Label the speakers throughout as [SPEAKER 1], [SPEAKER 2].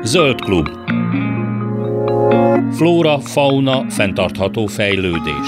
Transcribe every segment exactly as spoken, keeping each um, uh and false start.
[SPEAKER 1] Zöld klub. Flóra, fauna, fenntartható fejlődés.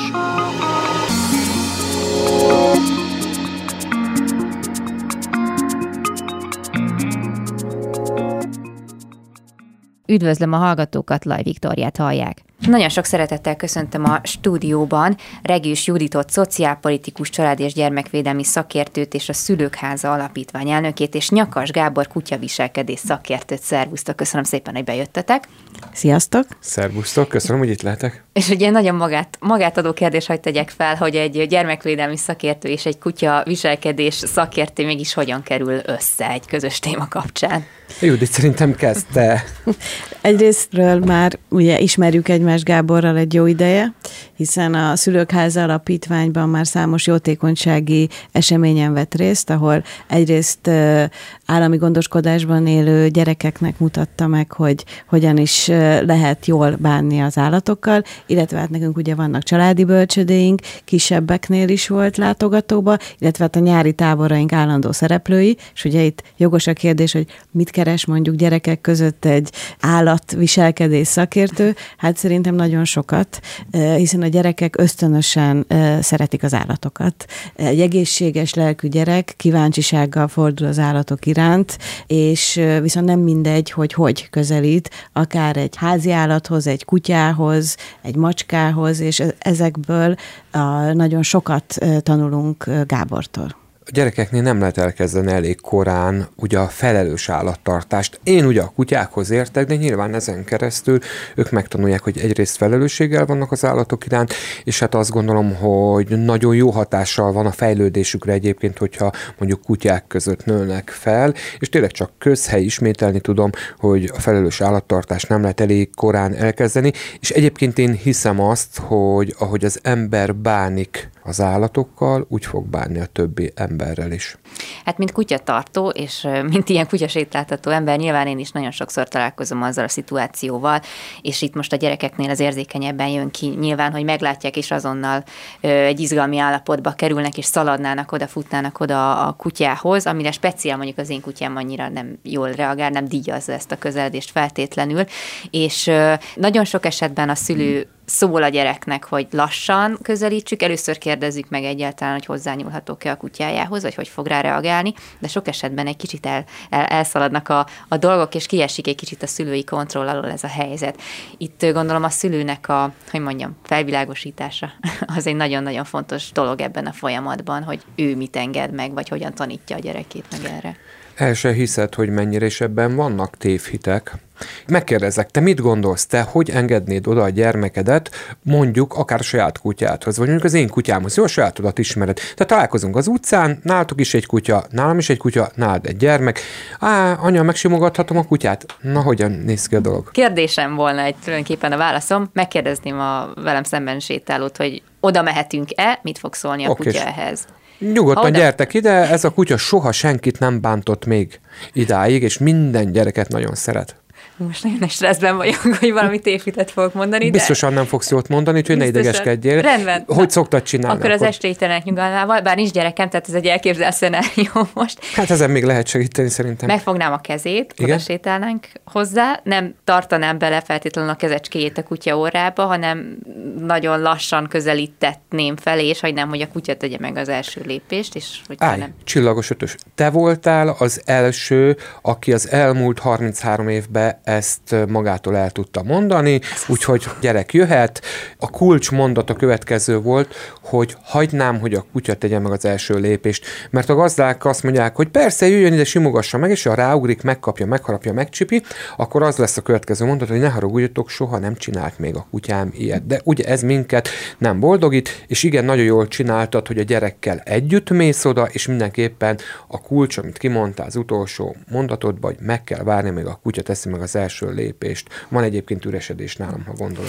[SPEAKER 2] Üdvözlöm a hallgatókat, Laj Viktóriát hallják. Nagyon sok szeretettel köszöntöm a stúdióban Regős Juditot, szociálpolitikus, család- és gyermekvédelmi szakértőt és a Szülőkháza Alapítvány elnökét, és Nyakas Gábor kutyaviselkedés szakértőt. Szervusztok, köszönöm szépen, hogy bejöttetek.
[SPEAKER 3] Sziasztok!
[SPEAKER 4] Szervusztok, köszönöm, hogy itt lehetek.
[SPEAKER 2] És ugye nagyon magát, magát adó kérdés, hogy tegyek fel, hogy egy gyermekvédelmi szakértő és egy kutyaviselkedés szakértő mégis hogyan kerül össze egy közös téma kapcsán?
[SPEAKER 4] Judit, szerintem kezdte.
[SPEAKER 3] Egyrésztről már ugye ismerjük egymást Gáborral egy jó ideje, hiszen a Szülőkháza Alapítványban már számos jótékonysági eseményen vett részt, ahol egyrészt állami gondoskodásban élő gyerekeknek mutatta meg, hogy hogyan is lehet jól bánni az állatokkal, illetve hát nekünk ugye vannak családi bölcsödéink, kisebbeknél is volt látogatóba, illetve hát a nyári táboraink állandó szereplői, és ugye itt jogos a kérdés, hogy mit keres mondjuk gyerekek között egy állatviselkedés szakértő, hát szerintem nagyon sokat, hiszen a gyerekek ösztönösen szeretik az állatokat. Egy egészséges lelkű gyerek kíváncsisággal fordul az állatok iránt, és viszont nem mindegy, hogy hogy közelít, akár egy házi állathoz, egy kutyához, egy macskához, és ezekből nagyon sokat tanulunk Gábortól.
[SPEAKER 4] A gyerekeknél nem lehet elkezdeni elég korán ugye a felelős állattartást. Én ugye a kutyákhoz értek, de nyilván ezen keresztül ők megtanulják, hogy egyrészt felelősséggel vannak az állatok iránt, és hát azt gondolom, hogy nagyon jó hatással van a fejlődésükre egyébként, hogyha mondjuk kutyák között nőnek fel, és tényleg csak közhely ismételni tudom, hogy a felelős állattartást nem lehet elég korán elkezdeni, és egyébként én hiszem azt, hogy ahogy az ember bánik az állatokkal, úgy fog bánni a többi emberrel is.
[SPEAKER 2] Hát mint kutyatartó, és mint ilyen kutyasétáltató ember, nyilván én is nagyon sokszor találkozom azzal a szituációval, és itt most a gyerekeknél az érzékenyebben jön ki nyilván, hogy meglátják, és azonnal egy izgalmi állapotba kerülnek, és szaladnának oda, futnának oda a kutyához, amire speciál mondjuk az én kutyám annyira nem jól reagál, nem díjazza ezt a közeledést feltétlenül, és nagyon sok esetben a szülő szól a gyereknek, hogy lassan közelítsük, először kérdezzük meg egyáltalán, hogy hozzányúlhatok-e a kutyájához, vagy hogy fog rá reagálni, de sok esetben egy kicsit el, el, elszaladnak a, a dolgok, és kiesik egy kicsit a szülői kontroll alól ez a helyzet. Itt gondolom a szülőnek a, hogy mondjam, felvilágosítása az egy nagyon-nagyon fontos dolog ebben a folyamatban, hogy ő mit enged meg, vagy hogyan tanítja a gyerekét meg erre.
[SPEAKER 4] El se hiszed, hogy mennyire is ebben vannak tévhitek. Megkérdezek, te mit gondolsz, te hogy engednéd oda a gyermekedet, mondjuk akár a saját kutyádhoz, vagy mondjuk az én kutyámhoz, jó, a sajátodat ismered. Tehát találkozunk az utcán, nálatok is egy kutya, nálam is egy kutya, nálad egy gyermek. Á, anya, megsimogathatom a kutyát? Na, hogyan néz ki a dolog?
[SPEAKER 2] Kérdésem volna egy tulajdonképpen a válaszom, megkérdezném a velem szemben sétálót, hogy oda mehetünk-e, mit fog szólni a
[SPEAKER 4] Okés.
[SPEAKER 2] kutya ehhez.
[SPEAKER 4] Nyugodtan oda. Gyertek ide, ez a kutya soha senkit nem bántott még idáig, és minden gyereket nagyon szeret.
[SPEAKER 2] Most nagyon stresszben vagyok, hogy valami tévhitet fogok mondani.
[SPEAKER 4] Biztosan
[SPEAKER 2] de...
[SPEAKER 4] nem fogsz jót mondani, úgyhogy ne idegeskedjél.
[SPEAKER 2] Rendben.
[SPEAKER 4] Hogy szoktad csinálni?
[SPEAKER 2] Akkor, akkor az estételenek nyugalmával, bár nincs gyerekem, tehát ez egy elképzelt szenárió most.
[SPEAKER 4] Hát ezen még lehet segíteni szerintem.
[SPEAKER 2] Megfognám a kezét, oda sétálnánk hozzá, nem tartanám bele feltétlenül a kezecskéjét a kutya orrába, hanem nagyon lassan közelítetném felé, és hagynám, hogy a kutya tegye meg az első lépést. És hogy
[SPEAKER 4] Állj,
[SPEAKER 2] nem...
[SPEAKER 4] csillagos ötös. Te voltál az első, aki az elmúlt harminchárom évben ezt magától el tudta mondani, úgyhogy gyerek jöhet. A kulcs mondat a következő volt, hogy hagynám, hogy a kutya tegye meg az első lépést, mert a gazdák azt mondják, hogy persze, jöjjön ide, simogassa meg, és ha ráugrik, megkapja, megharapja, megcsipi, akkor az lesz a következő mondat, hogy ne haragudjatok, soha nem csinált még a kutyám ilyet. De ugye ez minket nem boldogít, és igen, nagyon jól csináltad, hogy a gyerekkel együtt mész oda, és mindenképpen a kulcs, amit kimondtál az utolsó mondatodban, hogy meg kell várni, még a kutya teszi meg az első lépést. Van egyébként üresedés nálam, ha gondolod.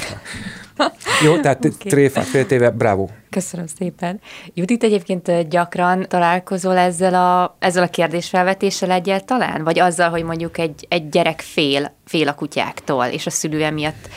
[SPEAKER 4] Jó, tehát okay. Tréfát féltéve, bravo.
[SPEAKER 2] Köszönöm szépen. Judit, egyébként gyakran találkozol ezzel a, ezzel a kérdésfelvetéssel egyáltalán? Vagy azzal, hogy mondjuk egy, egy gyerek fél, fél a kutyáktól, és a szülő emiatt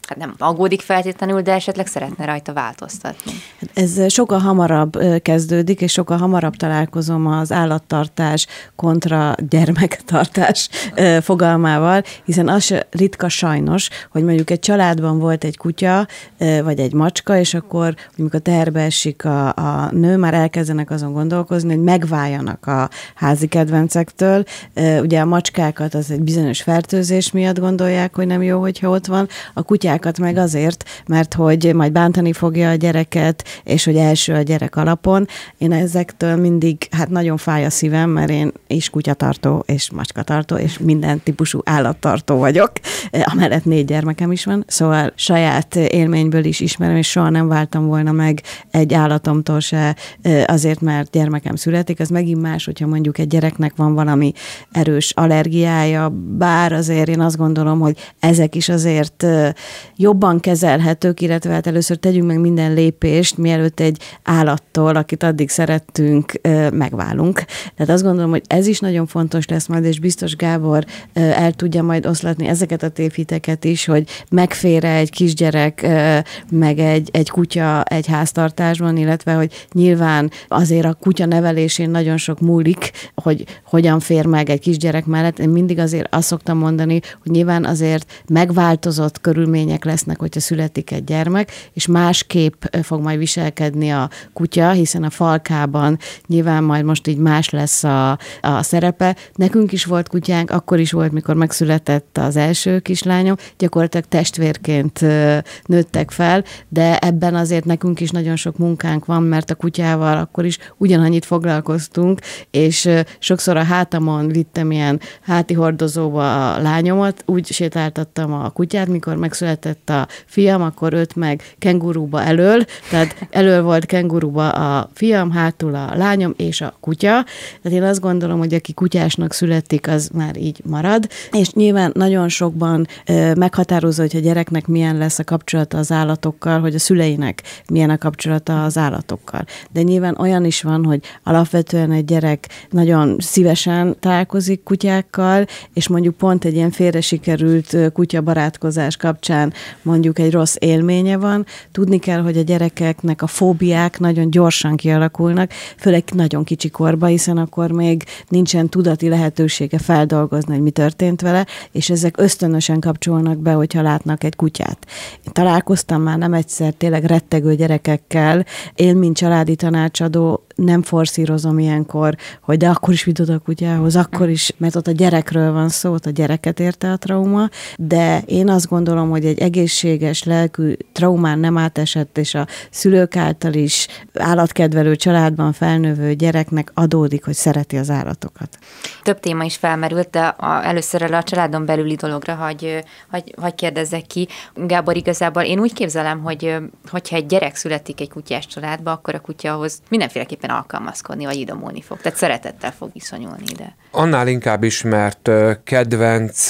[SPEAKER 2] hát nem aggódik feltétlenül, de esetleg szeretne rajta változtatni.
[SPEAKER 3] Ez sokkal hamarabb kezdődik, és sokkal hamarabb találkozom az állattartás kontra gyermektartás fogalmával, hiszen az ritka sajnos, hogy mondjuk egy családban volt egy kutya, vagy egy macska, és akkor amikor teherbe esik a, a nő, már elkezdenek azon gondolkozni, hogy megváljanak a házi kedvencektől. Ugye a macskákat az egy bizonyos fertőzés miatt gondolják, hogy nem jó, hogyha ott van, a kutyákat meg azért, mert hogy majd bántani fogja a gyereket, és hogy első a gyerek alapon. Én ezektől mindig, hát nagyon fáj a szívem, mert én is kutyatartó, és macskatartó, és minden típusú állattartó vagyok. Amellett négy gyermekem is van, szóval saját élményből is ismerem, és soha nem váltam volna meg egy állatomtól se azért, mert gyermekem születik. Az megint más, hogyha mondjuk egy gyereknek van valami erős allergiája, bár azért én azt gondolom, hogy ezek is azért jobban kezelhetők, illetve hát először tegyünk meg minden lépést, mielőtt egy állattól, akit addig szerettünk, megválunk. Tehát azt gondolom, hogy ez is nagyon fontos lesz majd, és biztos Gábor el tudja majd oszlatni ezeket a tévhiteket is, hogy megfér egy kisgyerek, meg egy, egy kutya egy háztartásban, illetve hogy nyilván azért a kutya nevelésén nagyon sok múlik, hogy hogyan fér meg egy kisgyerek mellett. Én mindig azért azt szoktam mondani, hogy nyilván azért megváltozott körülmények lesznek, hogyha születik egy gyermek, és másképp fog majd viselkedni a kutya, hiszen a falkában nyilván majd most így más lesz a, a szerepe. Nekünk is volt kutyánk, akkor is volt, mikor megszületett az első kislányom, gyakorlatilag testvérként nőttek fel, de ebben azért nekünk is nagyon sok munkánk van, mert a kutyával akkor is ugyanannyit foglalkoztunk, és sokszor a hátamon vittem ilyen háti hordozóba a lányomat, úgy sétáltattam a kutyát, mikor megszületett a fiam, akkor őt meg kengurúba elől, tehát elől volt kengurúba a fiam, hátul a lányom és a kutya. Tehát én azt gondolom, hogy aki kutyásnak születik, az már így marad. És nyilván nagyon sokban meghatározó, hogy a gyereknek milyen lesz a kapcsolata az állatokkal, hogy a szüleinek milyen a kapcsolata az állatokkal. De nyilván olyan is van, hogy alapvetően egy gyerek nagyon szívesen találkozik kutyákkal, és mondjuk pont egy ilyen félre sikerült kutyabarátkozás kapcsán mondjuk egy rossz élménye van. Tudni kell, hogy a gyerekeknek a fóbiák nagyon gyorsan kialakulnak, főleg nagyon kicsi korban, hiszen akkor még nincsen tudati lehetősége feldolgozni, hogy mi történt vele, és ezek ösztönösen kapcsolnak be, hogyha látnak egy kutyát. Én találkoztam már nem egyszer tényleg rettegő gyerekekkel, én, mint családi tanácsadó, nem forszírozom ilyenkor, hogy de akkor is vidd a kutyához, akkor is, mert ott a gyerekről van szó, ott a gyereket érte a trauma, de én azt gondolom, hogy egy egészséges lelkű traumán nem átesett, és a szülők által is állatkedvelő családban felnövő gyereknek adódik, hogy szereti az állatokat.
[SPEAKER 2] Több téma is felmerült, de a, először el a családon belüli dologra, hogy, hogy, hogy kérdezzek ki. Gábor, igazából én úgy képzelem, hogy hogyha egy gyerek születik egy kutyás családba, akkor a kutyahoz mindenféleképpen alkalmazkodni, vagy idomulni fog. Tehát szeretettel fog viszonyulni ide.
[SPEAKER 4] Annál inkább is, mert kedvenc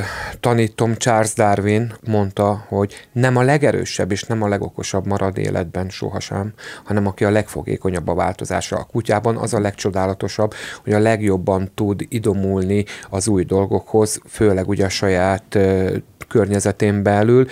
[SPEAKER 4] tanítom Charles Darwin mondta, hogy nem a legerősebb és nem a legokosabb marad életben sohasem, hanem aki a legfogékonyabb a változásra. A kutyában az a legcsodálatosabb, hogy a legjobban tud idomulni az új dolgokhoz, főleg ugye a saját környezetén belül,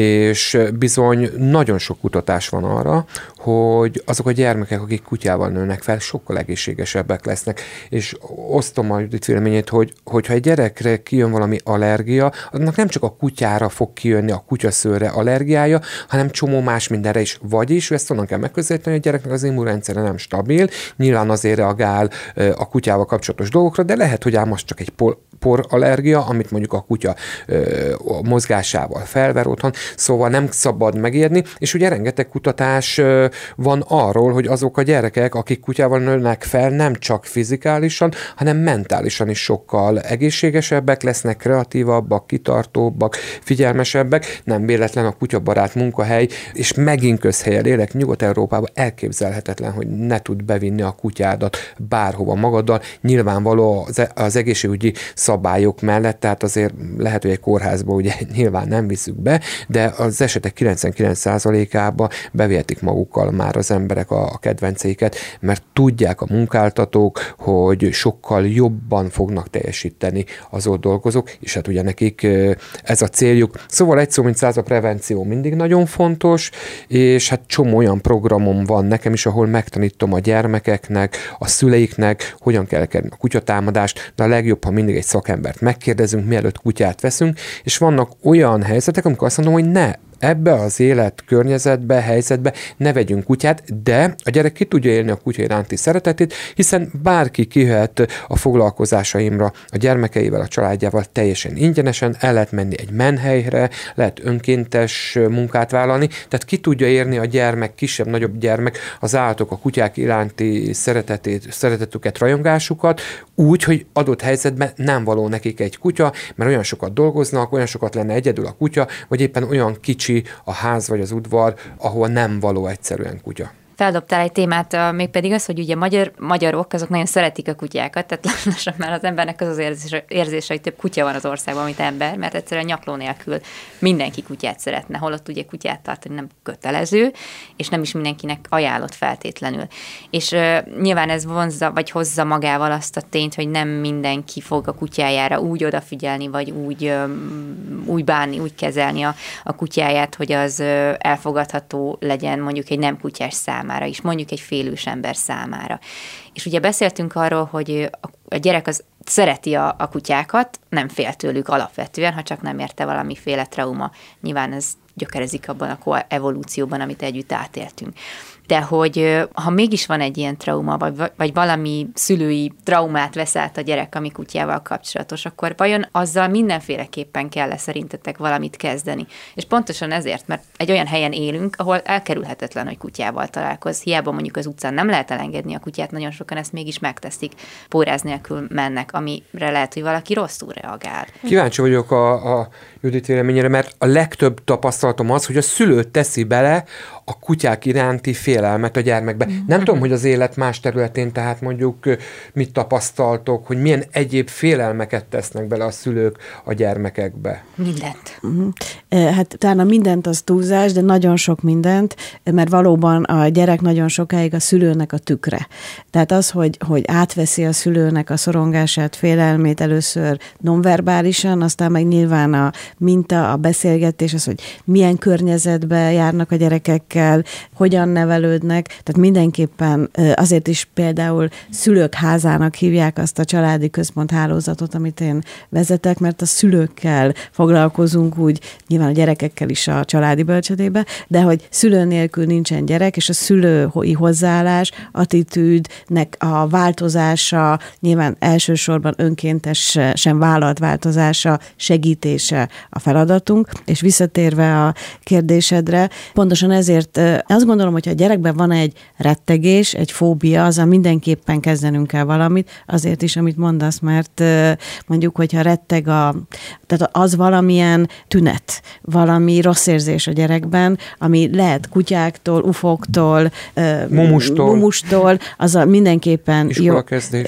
[SPEAKER 4] és bizony nagyon sok kutatás van arra, hogy azok a gyermekek, akik kutyával nőnek fel, sokkal egészségesebbek lesznek. És osztom a Judit véleményét, hogy hogyha egy gyerekre kijön valami allergia, annak nem csak a kutyára fog kijönni a kutyaszőrre allergiája, hanem csomó más mindenre is. Vagyis, ezt onnan kell megközelíteni, hogy a gyereknek az immunrendszere nem stabil, nyilván azért reagál a kutyával kapcsolatos dolgokra, de lehet, hogy ám most csak egy pol- porallergia, amit mondjuk a kutya ö, a mozgásával felver otthon, szóval nem szabad megérni, és ugye rengeteg kutatás ö, van arról, hogy azok a gyerekek, akik kutyával nőnek fel, nem csak fizikálisan, hanem mentálisan is sokkal egészségesebbek lesznek, kreatívabbak, kitartóbbak, figyelmesebbek, nem véletlen a kutyabarát munkahely, és megint közhelyen élek, Nyugat-Európában elképzelhetetlen, hogy ne tud bevinni a kutyádat bárhova magaddal, nyilvánvaló az, az egészségügyi szabályok mellett, tehát azért lehet, hogy egy kórházba ugye nyilván nem viszük be, de az esetek kilencvenkilenc százalékában bevihetik magukkal már az emberek a, a kedvenceiket, mert tudják a munkáltatók, hogy sokkal jobban fognak teljesíteni az ott dolgozók, és hát ugye nekik ez a céljuk. Szóval egy szó, mint száz, a prevenció mindig nagyon fontos, és hát csomó olyan programom van nekem is, ahol megtanítom a gyermekeknek, a szüleiknek, hogyan kell elkerülni a kutyatámadást, de a legjobb, ha mindig egy szakembert megkérdezünk, mielőtt kutyát veszünk, és vannak olyan helyzetek, amikor azt mondom, hogy ne, ebbe az élet környezetbe, helyzetbe ne vegyünk kutyát, de a gyerek ki tudja élni a kutya iránti szeretetét, hiszen bárki kijöhet a foglalkozásaimra a gyermekeivel, a családjával teljesen ingyenesen, el lehet menni egy menhelyre, lehet önkéntes munkát vállalni, tehát ki tudja érni a gyermek, kisebb, nagyobb gyermek az állatok, a kutyák iránti szeretetét, szeretetüket, rajongásukat, úgy, hogy adott helyzetben nem való nekik egy kutya, mert olyan sokat dolgoznak, olyan sokat lenne egyedül a kutya, vagy éppen olyan kicsi a ház vagy az udvar, ahol nem való egyszerűen kutya.
[SPEAKER 2] Feldobtál egy témát, mégpedig az, hogy ugye magyar, magyarok, azok nagyon szeretik a kutyákat, tehát lassan már az embernek az az érzése, érzése, hogy több kutya van az országban, mint ember, mert egyszerűen nyakló nélkül mindenki kutyát szeretne, holott ugye kutyát tartani nem kötelező, és nem is mindenkinek ajánlott feltétlenül. És uh, nyilván ez vonzza, vagy hozza magával azt a tényt, hogy nem mindenki fog a kutyájára úgy odafigyelni, vagy úgy, um, úgy bánni, úgy kezelni a, a kutyáját, hogy az uh, elfogadható legyen mondjuk egy nem kutyás szám is, mondjuk egy félős ember számára. És ugye beszéltünk arról, hogy a gyerek az szereti a, a kutyákat, nem fél tőlük alapvetően, ha csak nem érte valamiféle trauma. Nyilván ez gyökerezik abban a koevolúcióban, amit együtt átéltünk. De hogy ha mégis van egy ilyen trauma, vagy, vagy valami szülői traumát vesz át a gyerek, ami kutyával kapcsolatos, akkor vajon azzal mindenféleképpen kell szerintetek valamit kezdeni? És pontosan ezért, mert egy olyan helyen élünk, ahol elkerülhetetlen, hogy kutyával találkoz. Hiába mondjuk az utcán nem lehet elengedni a kutyát, nagyon sokan ezt mégis megteszik, póráz nélkül mennek, amire lehet, hogy valaki rosszul reagál.
[SPEAKER 4] Kíváncsi vagyok a, a Judit véleményére, mert a legtöbb tapasztalatom az, hogy a szülő teszi bele a kutyák iránti félelmet a gyermekbe. Mm. Nem tudom, hogy az élet más területén, tehát mondjuk mit tapasztaltok, hogy milyen egyéb félelmeket tesznek bele a szülők a gyermekekbe.
[SPEAKER 2] Mindent.
[SPEAKER 3] Mm. Hát talán a mindent az túlzás, de nagyon sok mindent, mert valóban a gyerek nagyon sokáig a szülőnek a tükre. Tehát az, hogy, hogy átveszi a szülőnek a szorongását, félelmét először nonverbálisan, aztán meg nyilván a minta, a beszélgetés, az, hogy milyen környezetbe járnak a gyerekekkel, hogyan nevelődnek, tehát mindenképpen azért is például szülők házának hívják azt a családi központ hálózatot, amit én vezetek, mert a szülőkkel foglalkozunk úgy, nyilván a gyerekekkel is a családi bölcsödébe, de hogy szülő nélkül nincsen gyerek, és a szülői hozzáállás, attitűdnek a változása, nyilván elsősorban önkéntesen vállalt változása, segítése a feladatunk, és visszatérve a kérdésedre, pontosan ezért azt gondolom, hogy ha a gyerekben van egy rettegés, egy fóbia, azzal mindenképpen kezdenünk kell valamit, azért is, amit mondasz, mert mondjuk, hogyha retteg a, tehát az valamilyen tünet, valami rossz érzés a gyerekben, ami lehet kutyáktól, ufoktól,
[SPEAKER 4] mumustól,
[SPEAKER 3] mumustól azzal mindenképpen jó,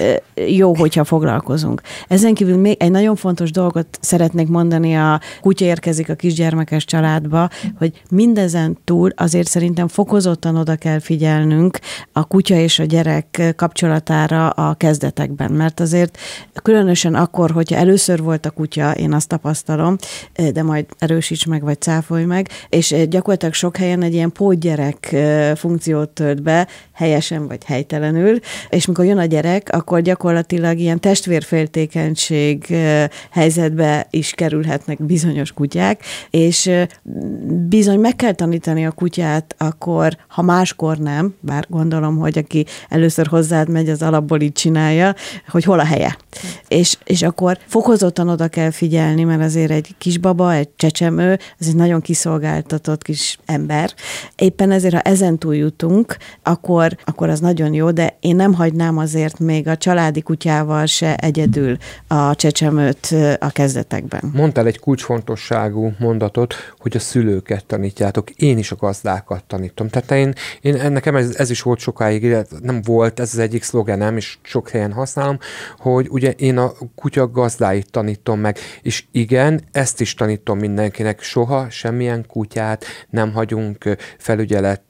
[SPEAKER 3] jó, hogyha foglalkozunk. Ezen kívül még egy nagyon fontos dolgot szeretnék mondani, a kutya érkezik a kisgyermekes családba, hogy mindezen túl azért szerintem fokozottan oda kell figyelnünk a kutya és a gyerek kapcsolatára a kezdetekben, mert azért különösen akkor, hogyha először volt a kutya, én azt tapasztalom, de majd erősíts meg, vagy cáfolj meg, és gyakorlatilag sok helyen egy ilyen pótgyerek funkciót tölt be, helyesen vagy helytelenül, és mikor jön a gyerek, akkor gyakorlatilag ilyen testvérféltékenység helyzetbe is kerülhetnek bizonyos kutyák, és bizony meg kell tanítani a kutyát akkor, ha máskor nem, bár gondolom, hogy aki először hozzád megy, az alapból így csinálja, hogy hol a helye. És, és akkor fokozottan oda kell figyelni, mert azért egy kisbaba, egy csecsemő, ez egy nagyon kiszolgáltatott kis ember. Éppen ezért, ha ezen túl jutunk, akkor, akkor az nagyon jó, de én nem hagynám azért még a családi kutyával se egyedül a csecsemőt a kezdetekben.
[SPEAKER 4] Mondtál egy kulcsfontosságú mondatot, hogy a szülőket tanítjátok. Én is a gazdákat tanítom. Tehát én, én nekem ez, ez is volt sokáig, nem volt, ez az egyik szlogenem, és sok helyen használom, hogy ugye én a kutya gazdáit tanítom meg, és igen, ezt is tanítom mindenkinek, soha semmilyen kutyát nem hagyunk felügyelet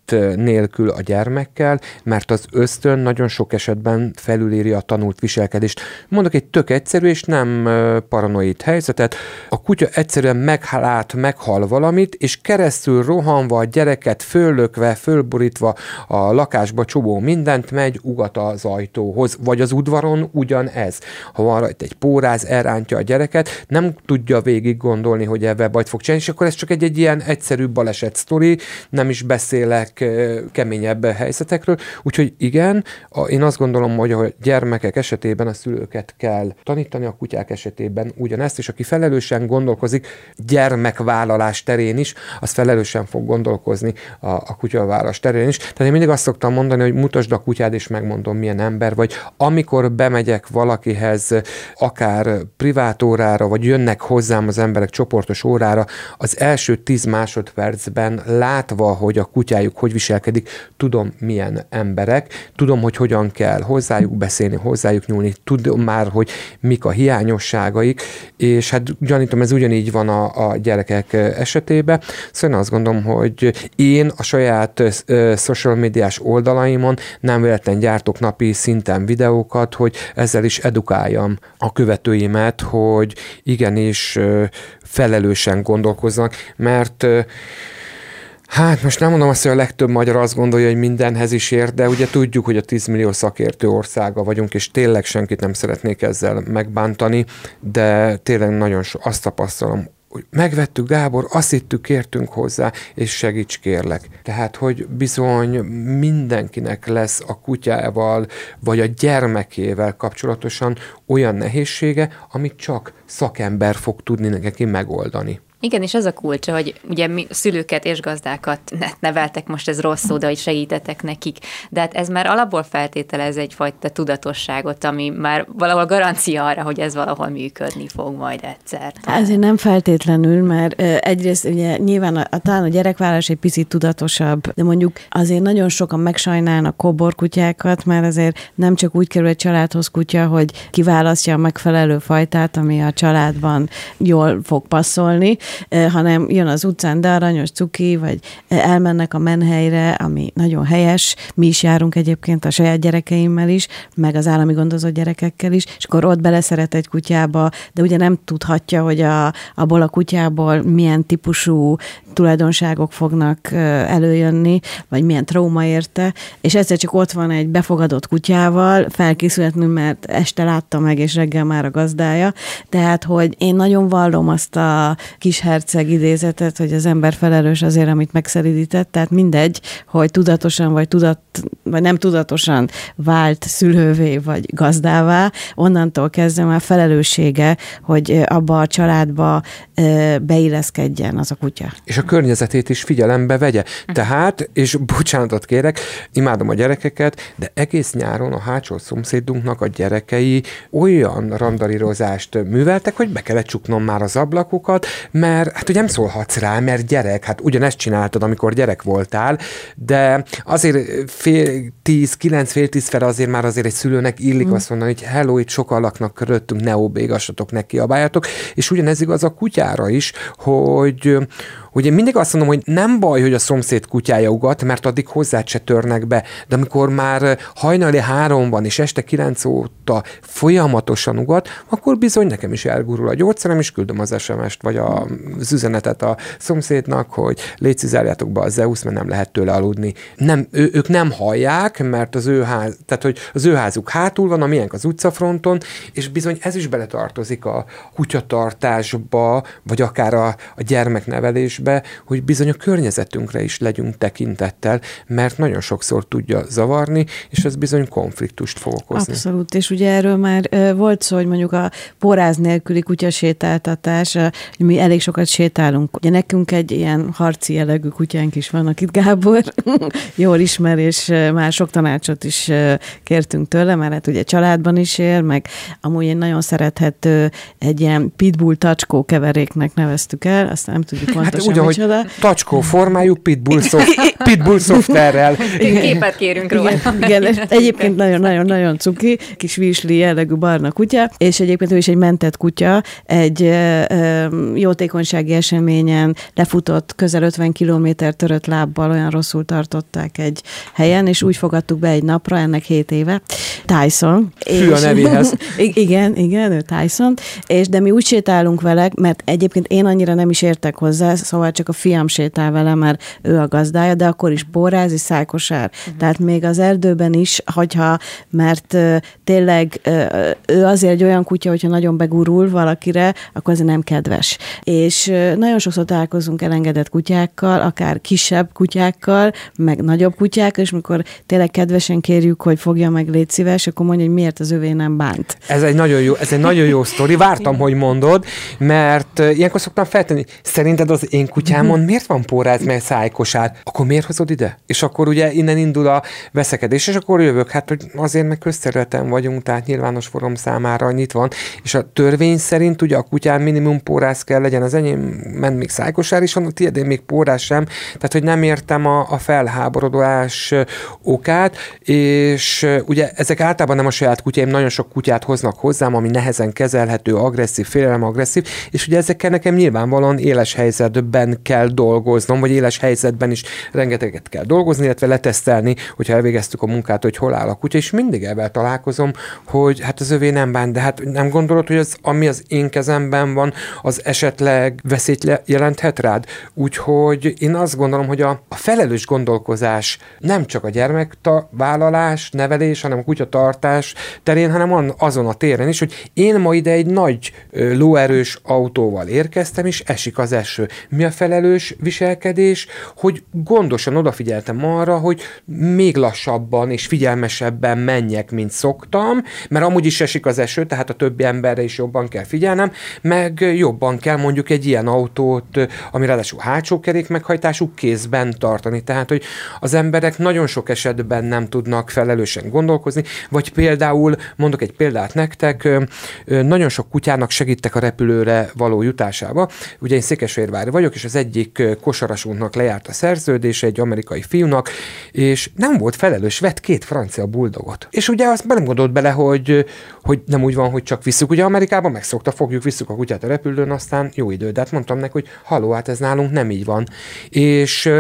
[SPEAKER 4] tét nélkül a gyermekkel, mert az ösztön nagyon sok esetben felülírja a tanult viselkedést. Mondok egy tök egyszerű és nem paranoid helyzetet. A kutya egyszerűen meglát, meghal valamit, és keresztül rohanva a gyereket föllökve, fölborítva a lakásba csobó mindent megy, ugat az ajtóhoz, vagy az udvaron ugyanez. Ha van rajta egy póráz, elrántja a gyereket, nem tudja végig gondolni, hogy ebben bajt fog csinálni, és akkor ez csak egy, egy ilyen egyszerű baleset sztori, nem is beszélek keményebb helyzetekről. Úgyhogy igen, a, én azt gondolom, hogy a gyermekek esetében a szülőket kell tanítani, a kutyák esetében ugyanezt, és aki felelősen gondolkozik gyermekvállalás terén is, az felelősen fog gondolkozni a, a kutyavállalás terén is. Tehát én mindig azt szoktam mondani, hogy mutasd a kutyád, és megmondom, milyen ember vagy. Amikor bemegyek valakihez, akár privát órára, vagy jönnek hozzám az emberek csoportos órára, az első tíz másodpercben látva, hogy a kutyájuk hogy viselkedik, tudom, milyen emberek, tudom, hogy hogyan kell hozzájuk beszélni, hozzájuk nyúlni, tudom már, hogy mik a hiányosságaik, és hát gyanítom, ez ugyanígy van a, a gyerekek esetében. Szóval én azt gondolom, hogy én a saját uh, social médiás oldalaimon nem véletlen gyártok napi szinten videókat, hogy ezzel is edukáljam a követőimet, hogy igenis uh, felelősen gondolkoznak, mert uh, hát most nem mondom azt, hogy a legtöbb magyar azt gondolja, hogy mindenhez is ér, de ugye tudjuk, hogy a tíz millió szakértő országa vagyunk, és tényleg senkit nem szeretnék ezzel megbántani, de tényleg nagyon so, azt tapasztalom, hogy megvettük, Gábor, azt hittük, kértünk hozzá, és segíts kérlek. Tehát, hogy bizony mindenkinek lesz a kutyával, vagy a gyermekével kapcsolatosan olyan nehézsége, amit csak szakember fog tudni neki megoldani.
[SPEAKER 2] Igen, és az a kulcsa, hogy ugye mi szülőket és gazdákat neveltek, most ez rossz szó, de hogy segítetek nekik. De hát ez már alapból feltételez egyfajta tudatosságot, ami már valahol garancia arra, hogy ez valahol működni fog majd egyszer.
[SPEAKER 3] Ezért nem feltétlenül, mert egyrészt ugye nyilván a, a, talán a gyerekvállalás egy picit tudatosabb, de mondjuk azért nagyon sokan megsajnálnak kóborkutyákat, mert azért nem csak úgy kerül egy családhoz kutya, hogy kiválasztja a megfelelő fajtát, ami a családban jól fog passzolni, hanem jön az utcán, de aranyos cuki, vagy elmennek a menhelyre, ami nagyon helyes. Mi is járunk egyébként a saját gyerekeimmel is, meg az állami gondozott gyerekekkel is, és akkor ott beleszeret egy kutyába, de ugye nem tudhatja, hogy a, abból a kutyából milyen típusú tulajdonságok fognak előjönni, vagy milyen trauma érte, és egyszer csak ott van egy befogadott kutyával, felkészületlenül, mert este látta meg, és reggel már a gazdája. Tehát, hogy én nagyon vallom azt a kis herceg idézetet, hogy az ember felelős azért, amit megszeridített, tehát mindegy, hogy tudatosan vagy, tudat, vagy nem tudatosan vált szülővé vagy gazdává, onnantól kezdve már felelőssége, hogy abba a családba beilleszkedjen az a kutya.
[SPEAKER 4] És a környezetét is figyelembe vegye. Tehát, és bocsánatot kérek, imádom a gyerekeket, de egész nyáron a hátsó szomszédunknak a gyerekei olyan randalírozást műveltek, hogy be kellett csuknom már az ablakokat, mert hát ugye nem szólhatsz rá, mert gyerek, hát ugyanezt csináltad, amikor gyerek voltál, de azért fél tíz, kilenc, fél tíz fel azért már azért egy szülőnek illik mm. azt mondani, hogy hello, itt sokan laknak körülöttünk, ne óbégassatok, ne kiabáljatok, és ugyanez igaz a kutyára is, hogy hogy én mindig azt mondom, hogy nem baj, hogy a szomszéd kutyája ugat, mert addig hozzá se törnek be, de amikor már hajnali három van, és este kilenc óta folyamatosan ugat, akkor bizony nekem is elgurul a gyógyszerem, és küldöm az es em est, vagy az üzenetet a szomszédnak, hogy légy zárjátok be a Zeus, mert nem lehet tőle aludni. Nem, ő, ők nem hallják, mert az ő ház, tehát hogy az ő házuk hátul van, a miénk az utcafronton, és bizony ez is beletartozik a kutyatartásba, vagy akár a, a gyermeknevelésbe, hogy bizony a környezetünkre is legyünk tekintettel, mert nagyon sokszor tudja zavarni, és ez bizony konfliktust fog okozni.
[SPEAKER 3] Abszolút, és ugye erről már uh, volt szó, hogy mondjuk a poráz nélküli kutyasétáltatás, uh, mi elég sokat sétálunk. Ugye nekünk egy ilyen harci jellegű kutyánk is van, akit Gábor jól ismer, és uh, már sok tanácsot is uh, kértünk tőle, mert hát ugye családban is él, meg amúgy én nagyon szerethető egy ilyen pitbull tacskó keveréknek neveztük el, azt nem tudjuk pontosan
[SPEAKER 4] Úgy, ahogy tacskó formájú pitbull, szoft, pitbull szoftverrel.
[SPEAKER 2] Képet kérünk róla.
[SPEAKER 3] Igen, igen, egyébként nagyon-nagyon-nagyon cuki, kis vízsli jellegű barna kutya, és egyébként ő is egy mentett kutya, egy ö, ö, jótékonysági eseményen lefutott közel ötven kilométer törött lábbal, olyan rosszul tartották egy helyen, és úgy fogadtuk be egy napra, ennek hét éve, Tyson.
[SPEAKER 4] Hű a nevéhez.
[SPEAKER 3] Igen, igen, ő Tyson, és de mi úgy sétálunk vele, mert egyébként én annyira nem is értek hozzá, szóval csak a fiam sétál vele, mert ő a gazdája, de akkor is boráz és szájkosár. Uh-huh. Tehát még az erdőben is, hogyha, mert uh, tényleg uh, ő azért egy olyan kutya, hogyha nagyon begurul valakire, akkor azért nem kedves. És uh, nagyon sokszor találkozunk elengedett kutyákkal, akár kisebb kutyákkal, meg nagyobb kutyákkal, és mikor tényleg kedvesen kérjük, hogy fogja meg, légy szíves, akkor mondja, hogy miért az övé nem bánt.
[SPEAKER 4] Ez egy nagyon jó, ez egy nagyon jó sztori, vártam, hogy mondod, mert uh, ilyenkor szoktam feltenni, szerinted az én kutyámon miért van póráz, mert szájkosár? Akkor miért hozod ide? És akkor ugye innen indul a veszekedés, és akkor jövök, hát hogy azért meg közterületen vagyunk, tehát nyilvános forum számára annyit van, és a törvény szerint ugye a kutyán minimum póráz kell legyen, az enyém ment még szájkosár is van, a tiédén még póráz sem, tehát hogy nem értem a, a felháborodás okát, és ugye ezek általában nem a saját kutyáim, nagyon sok kutyát hoznak hozzám, ami nehezen kezelhető, agresszív, félelem agresszív, és ugye ezekkel nekem nyilvánvalóan éles helyzetben kell dolgoznom, vagy éles helyzetben is rengeteget kell dolgozni, illetve letesztelni, hogyha elvégeztük a munkát, hogy hol áll a kutya, és mindig ebben találkozom, hogy hát az övé nem bánt, de hát nem gondolod, hogy az, ami az én kezemben van, az esetleg veszélyt jelenthet rád? Úgyhogy én azt gondolom, hogy a, a felelős gondolkozás nem csak a gyermekvállalás, nevelés, hanem a kutyatartás terén, hanem azon a téren is, hogy én ma ide egy nagy lóerős autóval érkeztem, és esik az eső. Mi a felelős viselkedés? Hogy gondosan odafigyeltem arra, hogy még lassabban és figyelmesebben menjek, mint szoktam, mert amúgy is esik az eső, tehát a többi emberre is jobban kell figyelnem, meg jobban kell mondjuk egy ilyen autót, ami ráadásul hátsó kerék meghajtású, kézben tartani. Tehát, hogy az emberek nagyon sok esetben nem tudnak felelősen gondolkozni, vagy például, mondok egy példát nektek, nagyon sok kutyának segítek a repülőre való jutásába. Ugye én székesfehérvári vagyok, és az egyik kosarasunknak lejárt a szerződése, egy amerikai fiúnak, és nem volt felelős, vett két francia bulldogot. És ugye azt nem gondolt bele, hogy, hogy nem úgy van, hogy csak visszük. Ugye Amerikában megszokta, fogjuk, visszük a kutyát a repülőn, aztán jó idő. De hát mondtam neki, hogy haló, hát ez nálunk nem így van. És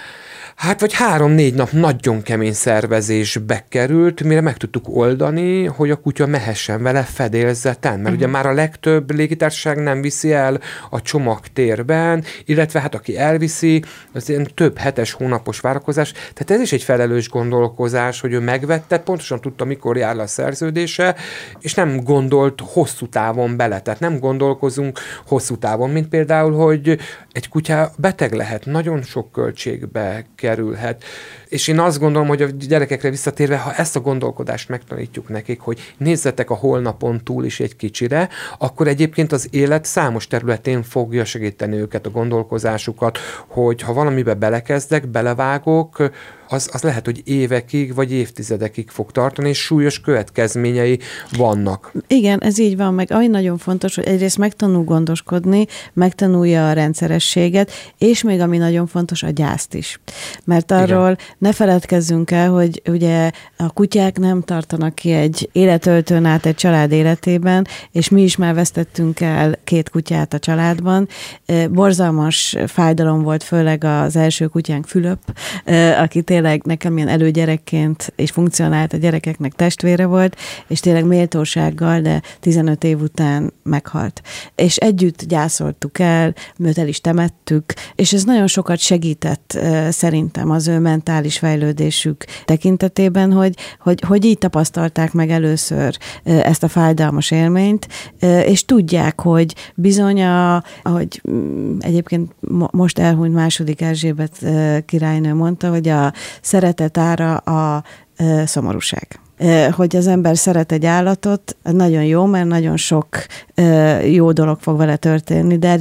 [SPEAKER 4] hát vagy három-négy nap nagyon kemény szervezésbe került, mire meg tudtuk oldani, hogy a kutya mehessen vele fedélzeten, mert uh-huh. ugye már a legtöbb légitársaság nem viszi el a csomagtérben, illetve hát aki elviszi, az ilyen több hetes, hónapos várakozás, tehát ez is egy felelős gondolkozás, hogy ő megvette, pontosan tudta, mikor jár le a szerződése, és nem gondolt hosszú távon bele, tehát nem gondolkozunk hosszú távon, mint például, hogy egy kutya beteg lehet, nagyon sok költségbe kerülhet. És én azt gondolom, hogy a gyerekekre visszatérve, ha ezt a gondolkodást megtanítjuk nekik, hogy nézzetek a holnapon túl is egy kicsire, akkor egyébként az élet számos területén fogja segíteni őket a gondolkozásukat, hogy ha valamibe belekezdek, belevágok, az, az lehet, hogy évekig vagy évtizedekig fog tartani, és súlyos következményei vannak.
[SPEAKER 3] Igen, ez így van, meg ami nagyon fontos, hogy egyrészt megtanul gondoskodni, megtanulja a rendszerességet, és még ami nagyon fontos, a gyászt is. Mert arról igen. ne feledkezzünk el, hogy ugye a kutyák nem tartanak ki egy életöltőn át egy család életében, és mi is már vesztettünk el két kutyát a családban. Borzalmas fájdalom volt, főleg az első kutyánk Fülöp, aki tényleg nekem ilyen előgyerekként és funkcionált, a gyerekeknek testvére volt, és tényleg méltósággal, de tizenöt év után meghalt. És együtt gyászoltuk el, őt el is temettük, és ez nagyon sokat segített szerintem az ő mentális fejlődésük tekintetében, hogy, hogy, hogy így tapasztalták meg először ezt a fájdalmas élményt, és tudják, hogy bizony, a, ahogy egyébként most elhunyt második Erzsébet királynő mondta, hogy a szeretet ára a szomorúság. Hogy az ember szeret egy állatot, nagyon jó, mert nagyon sok jó dolog fog vele történni, de el is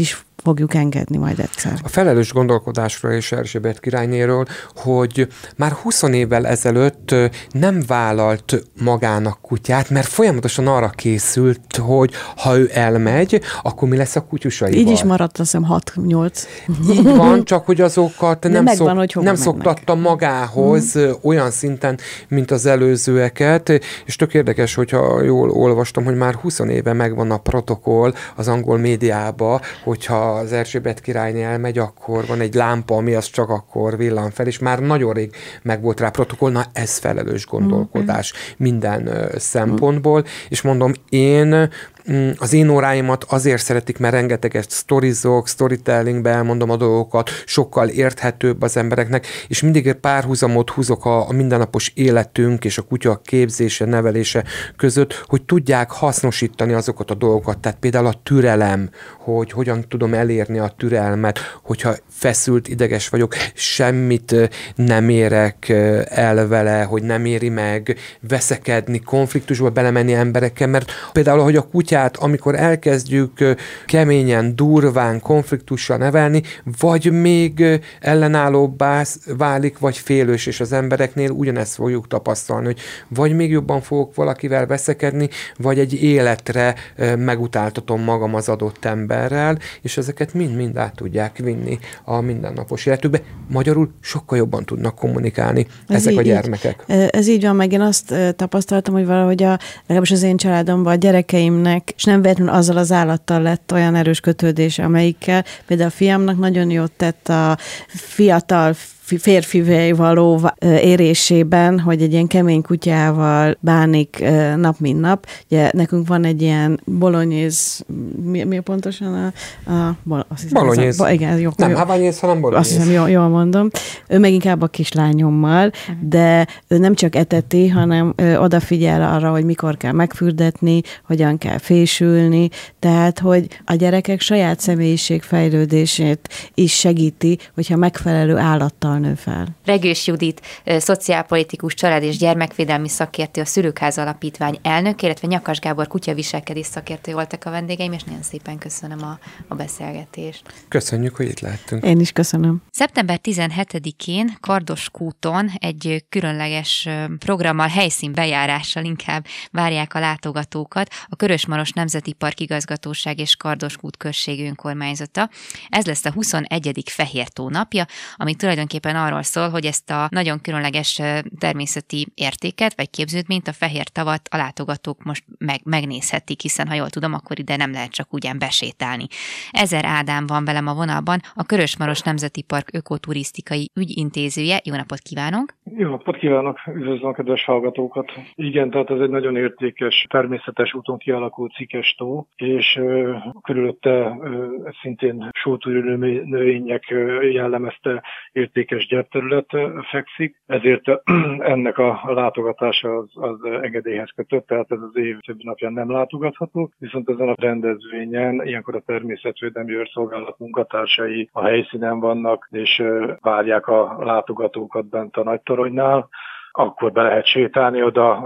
[SPEAKER 3] fogjuk engedni majd egyszer.
[SPEAKER 4] A felelős gondolkodásról és Erzsébet királynéről, hogy már húsz évvel ezelőtt nem vállalt magának kutyát, mert folyamatosan arra készült, hogy ha ő elmegy, akkor mi lesz a kutyusaival.
[SPEAKER 3] Így is maradt, azt hiszem, hat-nyolc.
[SPEAKER 4] Így van, csak hogy azokat nem,
[SPEAKER 3] megvan,
[SPEAKER 4] szok,
[SPEAKER 3] hogy
[SPEAKER 4] nem szoktatta magához mm. olyan szinten, mint az előzőeket, és tök érdekes, hogyha jól olvastam, hogy már húsz éve megvan a protokoll az angol médiába, hogyha az Erzsébet királyné elmegy, akkor van egy lámpa, ami az csak akkor villan fel, és már nagyon rég meg volt rá protokoll, na ez felelős gondolkodás mm. minden uh, szempontból, mm. és mondom, én az én óráimat azért szeretik, mert rengeteget sztorizok, storytellingbe elmondom a dolgokat, sokkal érthetőbb az embereknek, és mindig párhuzamot húzok a, a mindennapos életünk és a kutya képzése, nevelése között, hogy tudják hasznosítani azokat a dolgokat. Tehát például a türelem, hogy hogyan tudom elérni a türelmet, hogyha feszült, ideges vagyok, semmit nem érek el vele, hogy nem éri meg veszekedni, konfliktusba belemenni emberekkel, mert például, hogy a kutya amikor elkezdjük keményen, durván, konfliktussal nevelni, vagy még ellenállóbbá válik, vagy félős, és az embereknél ugyanezt fogjuk tapasztalni, hogy vagy még jobban fogok valakivel veszekedni, vagy egy életre megutáltatom magam az adott emberrel, és ezeket mind-mind át tudják vinni a mindennapos életükbe. Magyarul sokkal jobban tudnak kommunikálni ez ezek így, a gyermekek.
[SPEAKER 3] Így, ez így van, meg én azt tapasztaltam, hogy valahogy a, legalábbis az én családomban a gyerekeimnek, és nem véletlenül azzal az állattal lett olyan erős kötődés, amelyikkel például a fiamnak nagyon jót tett a fiatal férfivé való érésében, hogy egy ilyen kemény kutyával bánik nap, mint nap. Ugye nekünk van egy ilyen bolonyéz, mi, mi pontosan a... a bol,
[SPEAKER 4] bolonyéz.
[SPEAKER 3] A, igen, jó,
[SPEAKER 4] nem
[SPEAKER 3] jó,
[SPEAKER 4] havanyéz, hanem bolonyéz.
[SPEAKER 3] Azt hiszem, jól, jól mondom. Ő meg inkább a kislányommal, de ő nem csak eteti, hanem odafigyel arra, hogy mikor kell megfürdetni, hogyan kell fésülni, tehát, hogy a gyerekek saját személyiségfejlődését is segíti, hogyha megfelelő állattal nő fel.
[SPEAKER 2] Regős Judit, szociálpolitikus, család- és gyermekvédelmi szakértő, a Szülőkháza Alapítvány elnök, illetve Nyakas Gábor kutyaviselkedés szakértő voltak a vendégeim, és nagyon szépen köszönöm a, a beszélgetést.
[SPEAKER 4] Köszönjük, hogy itt lehettünk.
[SPEAKER 3] Én is köszönöm.
[SPEAKER 2] szeptember tizenhetedikén Kardoskúton egy különleges programmal, helyszínbejárással inkább várják a látogatókat a Körösmaros Nemzeti Park Igazgatóság és Kardoskút község önkormányzata. Ez lesz a huszonegyedik Fehértó napja, ami tulajdonképpen arról szól, hogy ezt a nagyon különleges természeti értéket vagy képződményt, a fehér tavat a látogatók most meg, megnézhetik, hiszen ha jól tudom, akkor ide nem lehet csak ugyan besétálni. Ezer Ádám van velem a vonalban, a Körösmaros Nemzeti Park ökoturisztikai ügyintézője. Jó napot kívánok!
[SPEAKER 5] Jó napot kívánok! Üdvözlöm a kedves hallgatókat! Igen, tehát ez egy nagyon értékes, természetes úton kialakult cikes tó, és ö, körülötte ö, szintén sótűrő növények jellemezte értékes gyepterület fekszik, ezért ennek a látogatása az, az engedélyhez kötött, tehát ez az év többi napján nem látogatható, viszont ezen a rendezvényen ilyenkor a Természetvédelmi Őrszolgálat munkatársai a helyszínen vannak, és várják a látogatókat bent a Nagytoronynál. Akkor be lehet sétálni oda,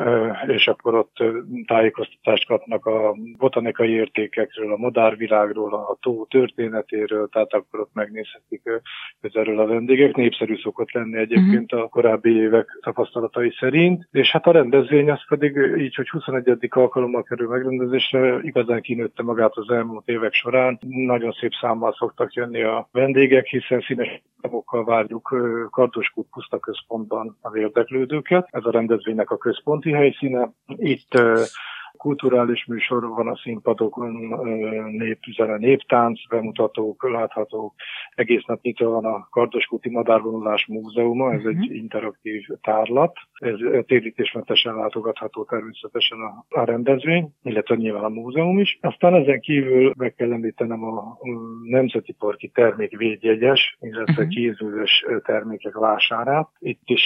[SPEAKER 5] és akkor ott tájékoztatást kapnak a botanikai értékekről, a madárvilágról, a tó történetéről, tehát akkor ott megnézhetik közelről a vendégek. Népszerű szokott lenni egyébként a korábbi évek tapasztalatai szerint. És hát a rendezvény az pedig így, hogy huszonegyedik alkalommal kerül megrendezésre, igazán kinőtte magát az elmúlt évek során. Nagyon szép számmal szoktak jönni a vendégek, hiszen színes tagokkal várjuk Kardoskút pusztaközpontban az érdeklődőket. Ez a rendezvénynek a központi helyszíne. Itt kulturális műsor van a színpadokon, népzene, néptánc, bemutatók, láthatók. Egész nap nyitva van a Kardoskúti Madárvonulás Múzeuma, ez uh-huh. egy interaktív tárlat. Ez térítésmentesen látogatható természetesen a, a rendezvény, illetve nyilván a múzeum is. Aztán ezen kívül meg kell említenem a Nemzeti Parki termékvédjegyes, illetve uh-huh. kézműves termékek vásárát. Itt is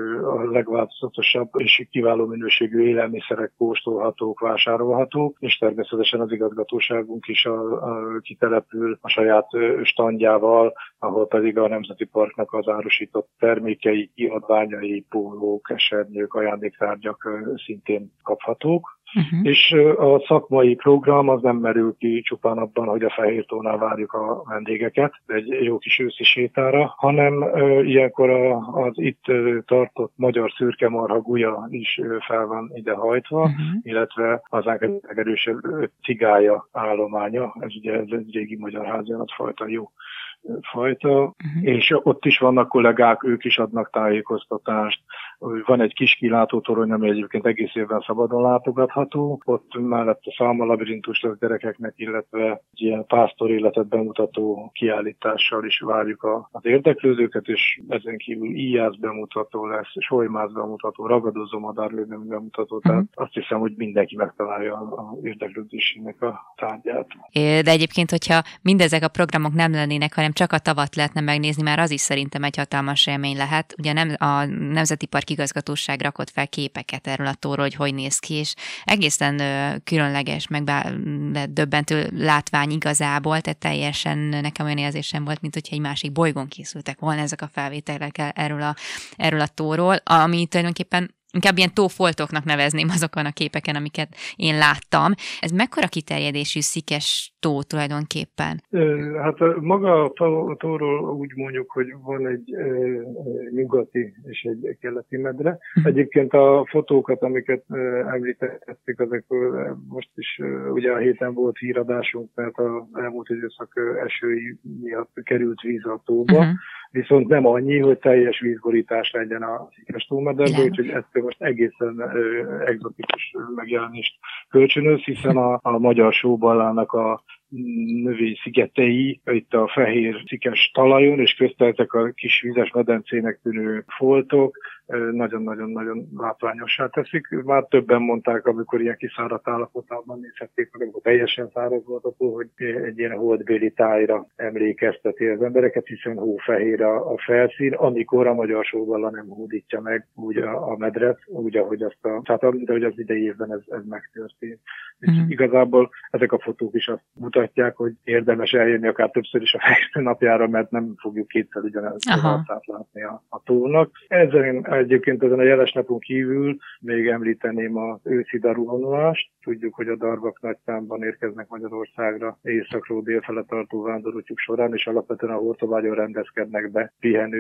[SPEAKER 5] a legváltozatosabb és kiváló minőségű élelmiszerek kóstolhatók, vásárolhatók, és természetesen az igazgatóságunk is a, a, kitelepül a saját standjával, ahol pedig a Nemzeti Parknak az árusított termékei, kiadványai, pólók, esernyők, ajándéktárgyak szintén kaphatók. uh-huh. és a szakmai program az nem merül ki csupán abban, hogy a Fehértónál várjuk a vendégeket egy jó kis őszi sétára, hanem ilyenkor az itt tartott magyar szürkemarha gulya is fel van ide hajtva, uh-huh. illetve hazánk egy legerősebb cigája állománya, ez ugye ez egy régi magyar háziállatfajta, jó fajta, uh-huh. és ott is vannak kollégák, ők is adnak tájékoztatást. Van egy kis kilátótorony, ami egyébként egész évben szabadon látogatható. Ott mellett a szalmalabirintus lesz gyerekeknek, illetve egy ilyen pásztor életet bemutató kiállítással is várjuk a, az érdeklődőket, és ezen kívül íjász bemutató lesz, solymász bemutató, ragadozó madárlőnöm bemutató, uh-huh. tehát azt hiszem, hogy mindenki megtalálja az érdeklődésének a tárgyát.
[SPEAKER 2] De egyébként, hogyha mindezek a programok nem lennének, hanem csak a tavat lehetne megnézni, már az is szerintem egy hatalmas élmény lehet. Ugye nem, a Nemzeti Park Igazgatóság rakott fel képeket erről a tóról, hogy hogy néz ki, és egészen ö, különleges, meg döbbentő látvány igazából, tehát teljesen nekem olyan érzésem volt, mint hogyha egy másik bolygón készültek volna ezek a felvételek erről a, erről a tóról, ami tulajdonképpen inkább ilyen tófoltoknak nevezném azokon a képeken, amiket én láttam. Ez mekkora kiterjedésű szikes tó tulajdonképpen?
[SPEAKER 5] Hát maga a tóról úgy mondjuk, hogy van egy e, nyugati és egy keleti medre. Egyébként a fotókat, amiket e, említették, azok most is e, ugye a héten volt híradásunk, mert az elmúlt időszak esői miatt került víz a tóba. Uh-huh. Viszont nem annyi, hogy teljes vízborítás legyen a szikes tómederben, úgyhogy ezt most egészen ö, egzotikus megjelenést kölcsönöz, hiszen a, a magyar sóballának a növény szigetei, itt a fehér szikes talajon, és közteltek a kis vízes medencének tűnő foltok, nagyon-nagyon-nagyon látványossá teszik. Már többen mondták, amikor ilyen kiszáradt állapotában nézhették meg, amikor teljesen száraz volt a tó, hogy egy ilyen holdbéli tájra emlékezteti az embereket, hiszen hófehér a, a felszín, amikor a magyar sóballa nem hódítja meg úgy a, a medret, úgy, ahogy azt a, tehát ahogy az idei évben ez, ez megtörtént. Uh-huh. Igazából ezek a fotók is azt mutatják, hogy érdemes eljönni akár többször is a Fehértó napjára, mert nem fogjuk kétszer ugyanezt az arcát látni a, a tónak. Ezen egyébként ezen a jeles napon kívül még említeném az őszi daruvonulást. Tudjuk, hogy a darvak nagy számban érkeznek Magyarországra északról délfele tartó vándorútjuk során, és alapvetően a Hortobágyon rendezkednek be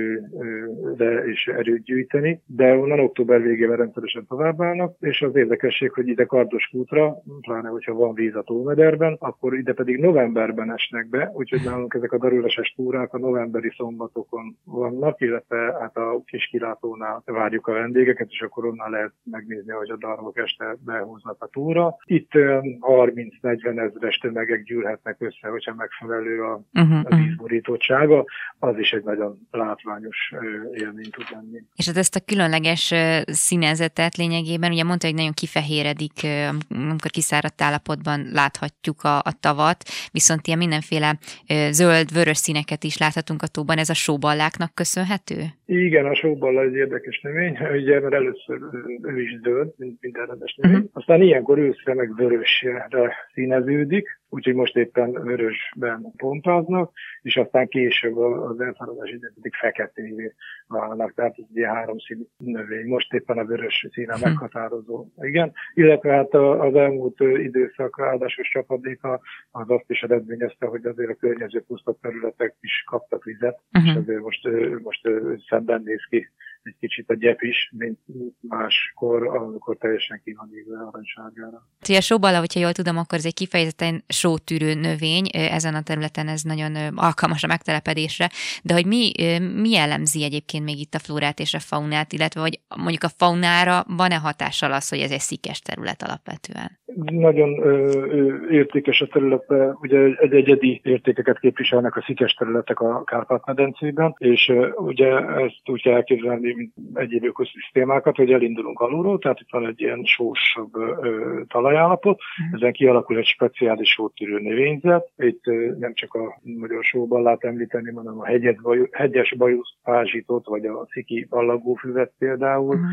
[SPEAKER 5] pihenőre és erőt gyűjteni, de onnan október végével rendszeresen továbbállnak, és az érdekesség, hogy ide Kardos kútra, pláne hogyha van víz a tómederben, akkor ide pedig novemberben esnek be, úgyhogy nálunk ezek a daruleses túrák a novemberi szombatokon vannak, illetve hát a Kiskilátónál várjuk a vendégeket, és akkor onnan lehet megnézni, hogy a darvok este behúznak a túra. Itt harminc-negyven ezres tömegek gyűlhetnek össze, hogyha megfelelő a, uh-huh, a vízborítottsága, az is egy nagyon látványos élmény tud lenni.
[SPEAKER 2] És hát ezt a különleges színezetet lényegében, ugye mondta, hogy nagyon kifehéredik, amikor kiszáradt állapotban láthatjuk a, a tavat, viszont ilyen mindenféle zöld, vörös színeket is láthatunk a tóban, ez a sóballáknak köszönhető? Igen,
[SPEAKER 5] a sóballa egy érdekes növény, ugye, mert először ő is zöld, mint minden rendes növény. Uh-huh. Aztán ilyenkor őszre meg vörösre színeződik, úgyhogy most éppen vörösben pontáznak, és aztán később az elszáradás idején pedig feketévé válnak, tehát ez egy háromszínű növény. Most éppen a vörös színe uh-huh. meghatározó. Igen, illetve hát az elmúlt időszak áldásos csapadéka az azt is eredményezte, hogy azért a környező puszta területek is kaptak vizet, uh-huh. és azért most, most szemben néz ki egy kicsit a gyep is, mint máskor, amikor teljesen ki van égve aranysárgára.
[SPEAKER 2] A sóballa, hogyha jól tudom, akkor ez egy kifejezetten sótűrő növény, ezen a területen ez nagyon alkalmas a megtelepedésre, de hogy mi, mi jellemzi egyébként még itt a flórát és a faunát, illetve hogy mondjuk a faunára van-e hatással az, hogy ez egy szikes terület alapvetően?
[SPEAKER 5] Nagyon ö, értékes a területe, ugye egy egyedi értékeket képviselnek a szikes területek a Kárpát-medencében, és ö, ugye ezt úgy kell elképzelni, mint egyéb ökoszisztémákat, hogy elindulunk alulról, tehát itt van egy ilyen sósabb ö, talajállapot, ezen kialakul egy speciális sótűrő növényzet, itt ö, nem csak a magyar sóballát említeni, hanem a hegyes, bajusz, hegyes bajusz pázsitot, vagy a sziki ballagófüvet például, uh-huh.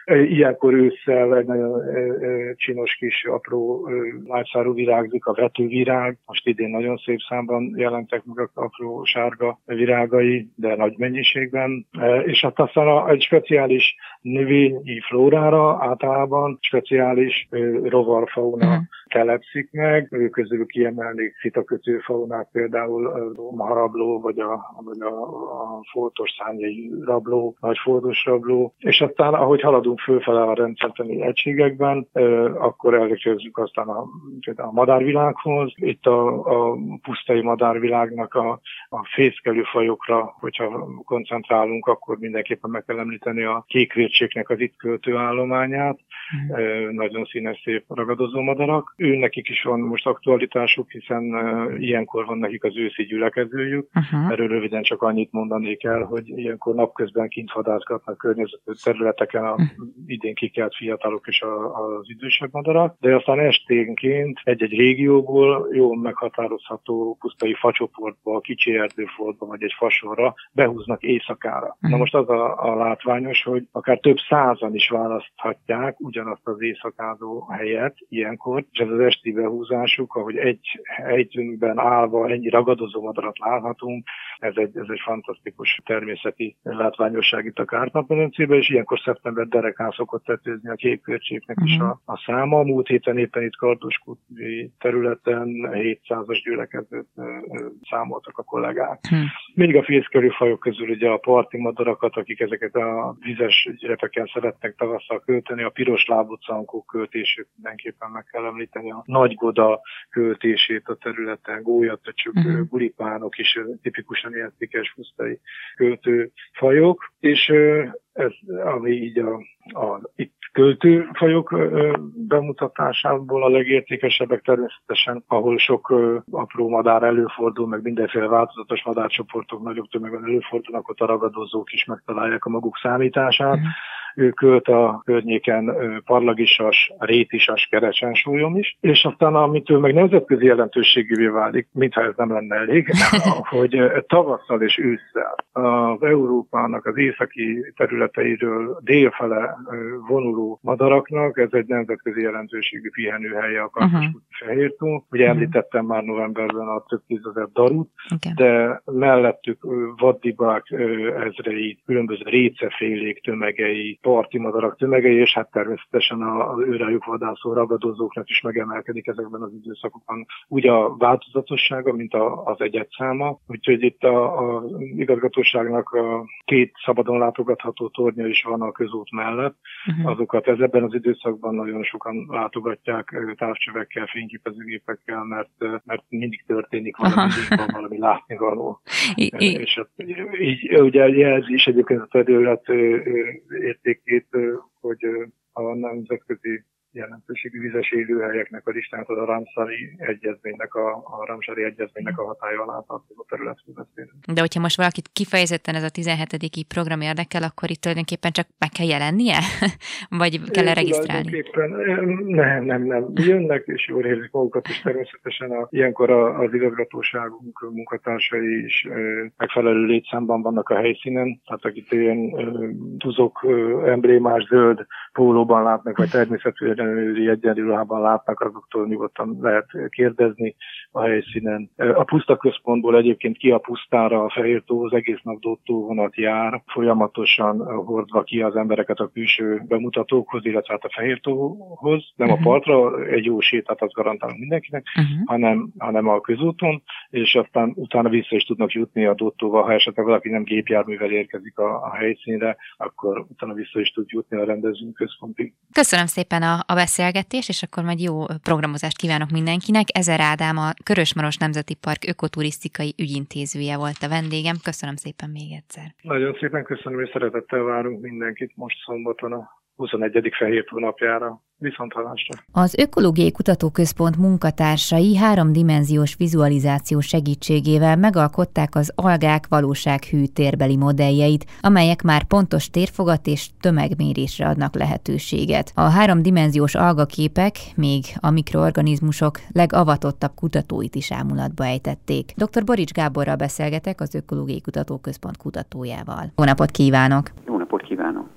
[SPEAKER 5] Ilyenkor ősszel egy nagyon csinos kis apró nagyszárú virágzik, a vetővirág. Most idén nagyon szép számban jelentek meg a apró sárga virágai, de nagy mennyiségben. És hát aztán egy speciális növényi flórára általában speciális rovarfauna uh-huh. telepszik meg. Ők közül kiemelnék szitakötő faunát, például a maharabló, vagy a, vagy a, a foltos szárnyai rabló, nagy foltos rabló. És aztán, ahogy haladunk fölfele a rendszertani egységekben, akkor elérkezünk aztán a, a madárvilághoz. Itt a, a pusztai madárvilágnak a, a fészkelő fajokra, hogyha koncentrálunk, akkor mindenképpen meg kell említeni a kékvércséknek az itt költő állományát. Mm. Nagyon színes, szép ragadozó madarak. Ő nekik is van most aktualitásuk, hiszen ilyenkor van nekik az őszi gyülekezőjük. Uh-huh. Erről röviden csak annyit mondanék el, hogy ilyenkor napközben kint vadászgatnak környezetű területeken a idén kikelt fiatalok és a, az idősebb madarak, de aztán esténként egy-egy régióból jól meghatározható pusztai facsoportba, kicsi erdőfoltba vagy egy fasorra behúznak éjszakára. Uh-huh. Na most az a, a látványos, hogy akár több százan is választhatják ugyanazt az éjszakázó helyet ilyenkor, és ez az esti behúzásuk, ahogy egy helytünkben állva ennyi ragadozó madarat láthatunk, ez egy, ez egy fantasztikus természeti látványosság itt a Kárpát-medencében, és ilyenkor szeptember derekán szokott tetőzni a kékvércséknek uh-huh. is a, a száma. Múlt héten éppen itt Kardoskúti területen hétszázas gyülekezőt számoltak a kollégák. Uh-huh. Még a fészkelő fajok közül ugye a parti madarakat, akik ezeket a vizes gyepeken szeretnek tavasszal költeni, a piros lábú cankók költését mindenképpen meg kell említeni, a nagygoda költését a területen, gólyatöcsök, uh-huh. gulipánok is tipikusan ilyen szikes pusztai költőfajok, és ez, ami így a, a itt költőfajok bemutatásából a legértékesebbek természetesen, ahol sok apró madár előfordul, meg mindenféle változatos madárcsoportok nagyobb tömegben előfordulnak, ott a ragadozók is megtalálják a maguk számítását. Uh-huh. Ő költ a környéken parlagisas, rétisas, kerecsensúlyom is, és aztán amitől meg nemzetközi jelentőségűvé válik, mintha ez nem lenne elég, hogy tavasszal és ősszel az Európának az északi területeiről délfele vonuló madaraknak, ez egy nemzetközi jelentőségű pihenőhelye a Kardoskúti Fehértó. Ugye uh-huh. említettem már novemberben a több tízezer darut, okay. de mellettük vaddibák ezrei, különböző récefélék tömegei, parti madarak tömegei, és hát természetesen az őrájuk vadászó ragadozóknak is megemelkedik ezekben az időszakokban úgy a változatossága, mint a, az egyedszáma. Úgyhogy itt a, a igazgatóságnak a két szabadon látogatható tornya is van a közút mellett. Uh-huh. Azokat ez ebben az időszakban nagyon sokan látogatják távcsövekkel, fényképezőgépekkel, mert, mert mindig történik valami, van valami látnivaló. És így ugye jelzi is egyébként a terület értékét, hogy a nemzetközi jelentőségű vizes élőhelyeknek a listát a Ramsari egyezménynek, a, a Ramsari egyezménynek a hatája alá tartozó területről beszélünk.
[SPEAKER 2] De hogyha most valakit kifejezetten ez a tizenhetedik program érdekel, akkor itt tulajdonképpen csak meg kell jelennie? Vagy kell regisztrálni?
[SPEAKER 5] Nem, nem, nem. Jönnek, és jól érzik magukat, és természetesen a, ilyenkor a, az igazgatóságunk munkatársai is ö, megfelelő létszámban vannak a helyszínen, tehát akit ilyen ö, tuzok, ö, emblémás zöld pólóban látnak, vagy természetesen egyenruhában látnak, azoktól nyugodtan lehet kérdezni a helyszínen. A puszta központból egyébként ki a pusztára, a Fehértóhoz egész nap dottó vonat jár, folyamatosan hordva ki az embereket a külső bemutatókhoz, illetve hát a Fehértóhoz, nem uh-huh. a partra, egy jó sétát azt garantálunk mindenkinek, uh-huh. hanem, hanem a közúton, és aztán utána vissza is tudnak jutni a dottóval, ha esetleg valaki nem gépjárművel érkezik a, a helyszínre, akkor utána vissza is tud jutni a rendezvény központig.
[SPEAKER 2] Köszönöm szépen a, a beszélgetést, és akkor majd jó programozást kívánok mindenkinek. Ezer Ádám, a Körösmaros Nemzeti Park ökoturisztikai ügyintézője volt a vendégem. Köszönöm szépen még egyszer.
[SPEAKER 5] Nagyon szépen köszönöm, és szeretettel várunk mindenkit most szombaton a huszonegyedik Fehértó napjára. Viszonthallásra.
[SPEAKER 2] Az Ökológiai Kutatóközpont munkatársai háromdimenziós vizualizáció segítségével megalkották az algák valósághű térbeli modelljeit, amelyek már pontos térfogat és tömegmérésre adnak lehetőséget. A háromdimenziós algaképek még a mikroorganizmusok legavatottabb kutatóit is ámulatba ejtették. doktor Borics Gáborral beszélgetek, az Ökológiai Kutatóközpont kutatójával. Jó napot kívánok!
[SPEAKER 6] Jó napot kívánok!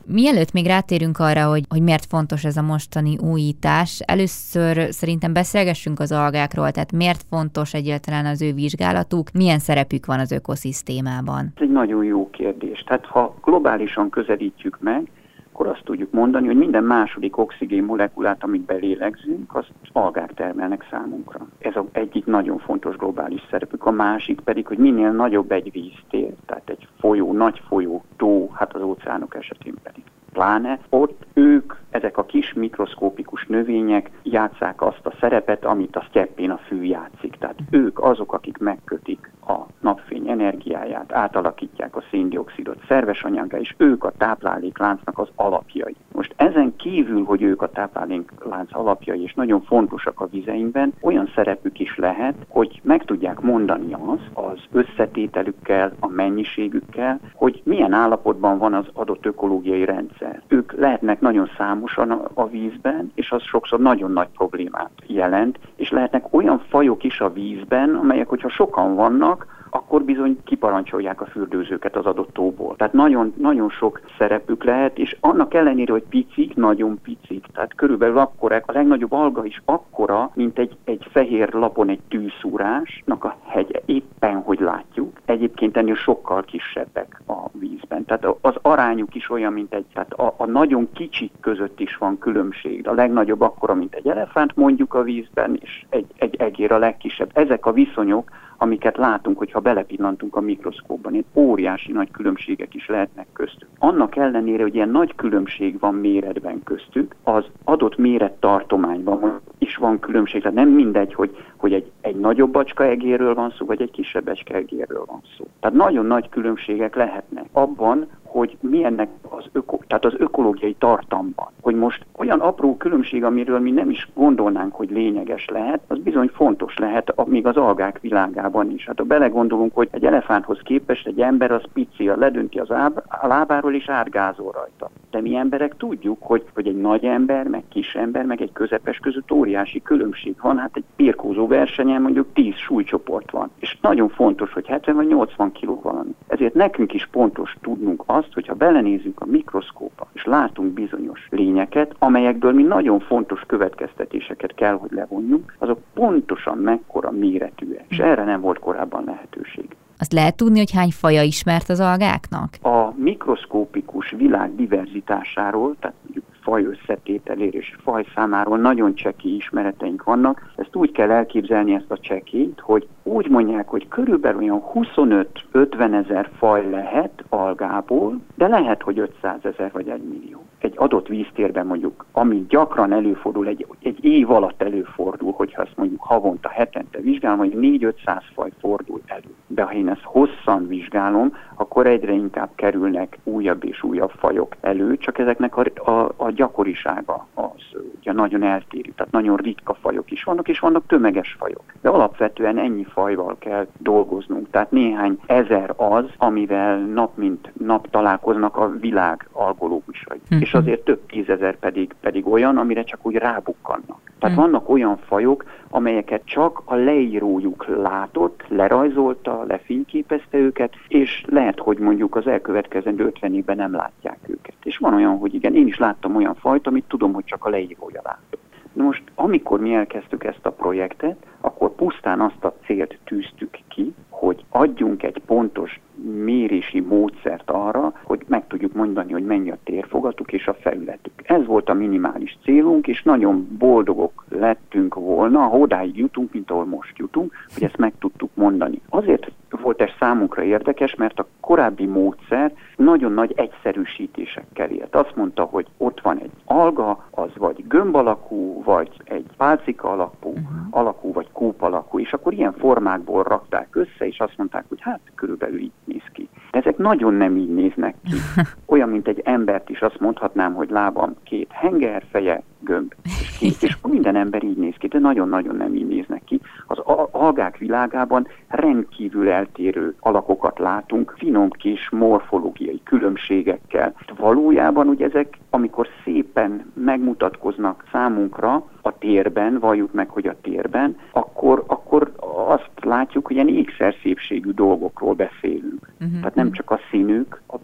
[SPEAKER 2] Mielőtt még rátérünk arra, hogy, hogy miért fontos ez a mostani újítás, először szerintem beszélgessünk az algákról, tehát miért fontos egyáltalán az ő vizsgálatuk, milyen szerepük van az ökoszisztémában?
[SPEAKER 6] Ez egy nagyon jó kérdés. Tehát ha globálisan közelítjük meg, akkor azt tudjuk mondani, hogy minden második oxigén molekulát, amit belélegzünk, azt algák termelnek számunkra. Ez az egyik nagyon fontos globális szerepük. A másik pedig, hogy minél nagyobb egy víztér, tehát egy folyó, nagy folyó, tó, hát az óceánok esetén pedig pláne, ott ők, ezek a kis mikroszkópikus növények játsszák azt a szerepet, amit a sztyeppén a fű játszik. Tehát ők azok, akik megkötik a napfény energiáját, átalakítják a széndioxidot szerves anyaggá, és ők a táplálékláncnak az alapjai. Most ezen kívül, hogy ők a tápláléklánc alapjai, és nagyon fontosak a vizeinkben, olyan szerepük is lehet, hogy meg tudják mondani azt az összetételükkel, a mennyiségükkel, hogy milyen állapotban van az adott ökológiai rendszer. Ők lehetnek nagyon számosan a vízben, és az sokszor nagyon nagy problémát jelent, és lehetnek olyan fajok is a vízben, amelyek, hogyha sokan vannak, akkor bizony kiparancsolják a fürdőzőket az adott tóból. Tehát nagyon, nagyon sok szerepük lehet, és annak ellenére, hogy picik, nagyon picik, tehát körülbelül akkorák, a legnagyobb alga is akkora, mint egy, egy fehér lapon egy tűszúrásnak a hegye, éppen hogy látjuk. Egyébként ennél sokkal kisebbek a vízben. Tehát az arányuk is olyan, mint egy, tehát a, a nagyon kicsik között is van különbség. A legnagyobb akkora, mint egy elefánt mondjuk a vízben, és egy, egy egér a legkisebb. Ezek a viszonyok, amiket látunk, hogyha belepillantunk a mikroszkópban, óriási nagy különbségek is lehetnek köztük. Annak ellenére, hogy ilyen nagy különbség van méretben köztük, az adott mérettartományban is van különbség. Tehát nem mindegy, hogy, hogy egy, egy nagyobb bacska egérről van szó, vagy egy kisebb bacska egérről van szó. Tehát nagyon nagy különbségek lehetnek abban, hogy milyennek az, öko, tehát az ökológiai tartamban. Hogy most olyan apró különbség, amiről mi nem is gondolnánk, hogy lényeges lehet, az bizony fontos lehet a, még az algák világában is. Hát ha belegondolunk, hogy egy elefánthoz képest egy ember az pici, ledönti az áb, a lábáról és átgázol rajta. De mi emberek tudjuk, hogy, hogy egy nagy ember, meg kis ember, meg egy közepes között óriási különbség van. Hát egy birkózó versenyen mondjuk tíz súlycsoport van. És nagyon fontos, hogy hetven vagy nyolcvan kiló valami. Ezért nekünk is pontos tudnunk azt, hogyha belenézünk a mikroszkópba, és látunk bizonyos lényeket, amelyekből mi nagyon fontos következtetéseket kell, hogy levonjunk, azok pontosan mekkora méretűek, és erre nem volt korábban lehetőség.
[SPEAKER 2] Azt lehet tudni, hogy hány faja ismert az algáknak?
[SPEAKER 6] A mikroszkópikus világ diverzitásáról, tehát mondjuk faj összetételéről és fajszámáról nagyon csekély ismereteink vannak. Ezt úgy kell elképzelni, ezt a csekélyt, hogy úgy mondják, hogy körülbelül olyan huszonöt-ötven ezer faj lehet algából, de lehet, hogy ötszázezer vagy egy millió. Egy adott víztérben mondjuk, ami gyakran előfordul, egy, egy év alatt előfordul, hogyha ezt mondjuk havonta, hetente vizsgálom, hogy négy-ötszáz faj fordul elő. De ha én ezt hosszan vizsgálom, akkor egyre inkább kerülnek újabb és újabb fajok elő, csak ezeknek a, a, a gyakorisága az ugye nagyon eltérő, tehát nagyon ritka fajok is vannak, és vannak tömeges fajok. De alapvetően ennyi fajval kell dolgoznunk, tehát néhány ezer az, amivel nap mint nap találkoznak a világ algológusai. Mm-hmm. És azért több tízezer pedig, pedig olyan, amire csak úgy rábukkannak. Tehát mm. vannak olyan fajok, amelyeket csak a leírójuk látott, lerajzolta, lefényképezte őket, és lehet, hogy mondjuk az elkövetkezendő ötven évben nem látják őket. És van olyan, hogy igen, én is láttam olyan fajt, amit tudom, hogy csak a leírója látott. De most, amikor mi elkezdtük ezt a projektet, akkor pusztán azt a célt tűztük ki, hogy adjunk egy pontos mérési módszert arra, hogy meg tudjuk mondani, hogy mennyi a térfogatuk és a felületük. Ez volt a minimális célunk, és nagyon boldogok lettünk volna, ha odáig jutunk, mint ahol most jutunk, hogy ezt meg tudtuk mondani. Azért volt ez számunkra érdekes, mert a korábbi módszer nagyon nagy egyszerűsítésekkel élt. Azt mondta, hogy ott van egy alga, az vagy gömb alakú, vagy egy pálcika alakú, uh-huh. alakú, vagy kúp alakú, és akkor ilyen formákból rakták össze, és azt mondták, hogy hát körülbelül így néz ki. De ezek nagyon nem így néznek ki. Olyan, mint egy embert is azt mondhatnám, hogy lábam két henger, feje gömb, és két, és minden ember így néz ki, de nagyon-nagyon nem így néznek ki. Az algák világában rendkívül eltérő alakokat látunk, finom kis morfológiai különbségekkel. Valójában ugye ezek, amikor szépen megmutatkoznak számunkra a térben, valljuk meg, hogy a térben, akkor, akkor azt látjuk, hogy ilyen ékszerszépségű dolgokról beszélünk. Uh-huh. Tehát nem csak a színük, a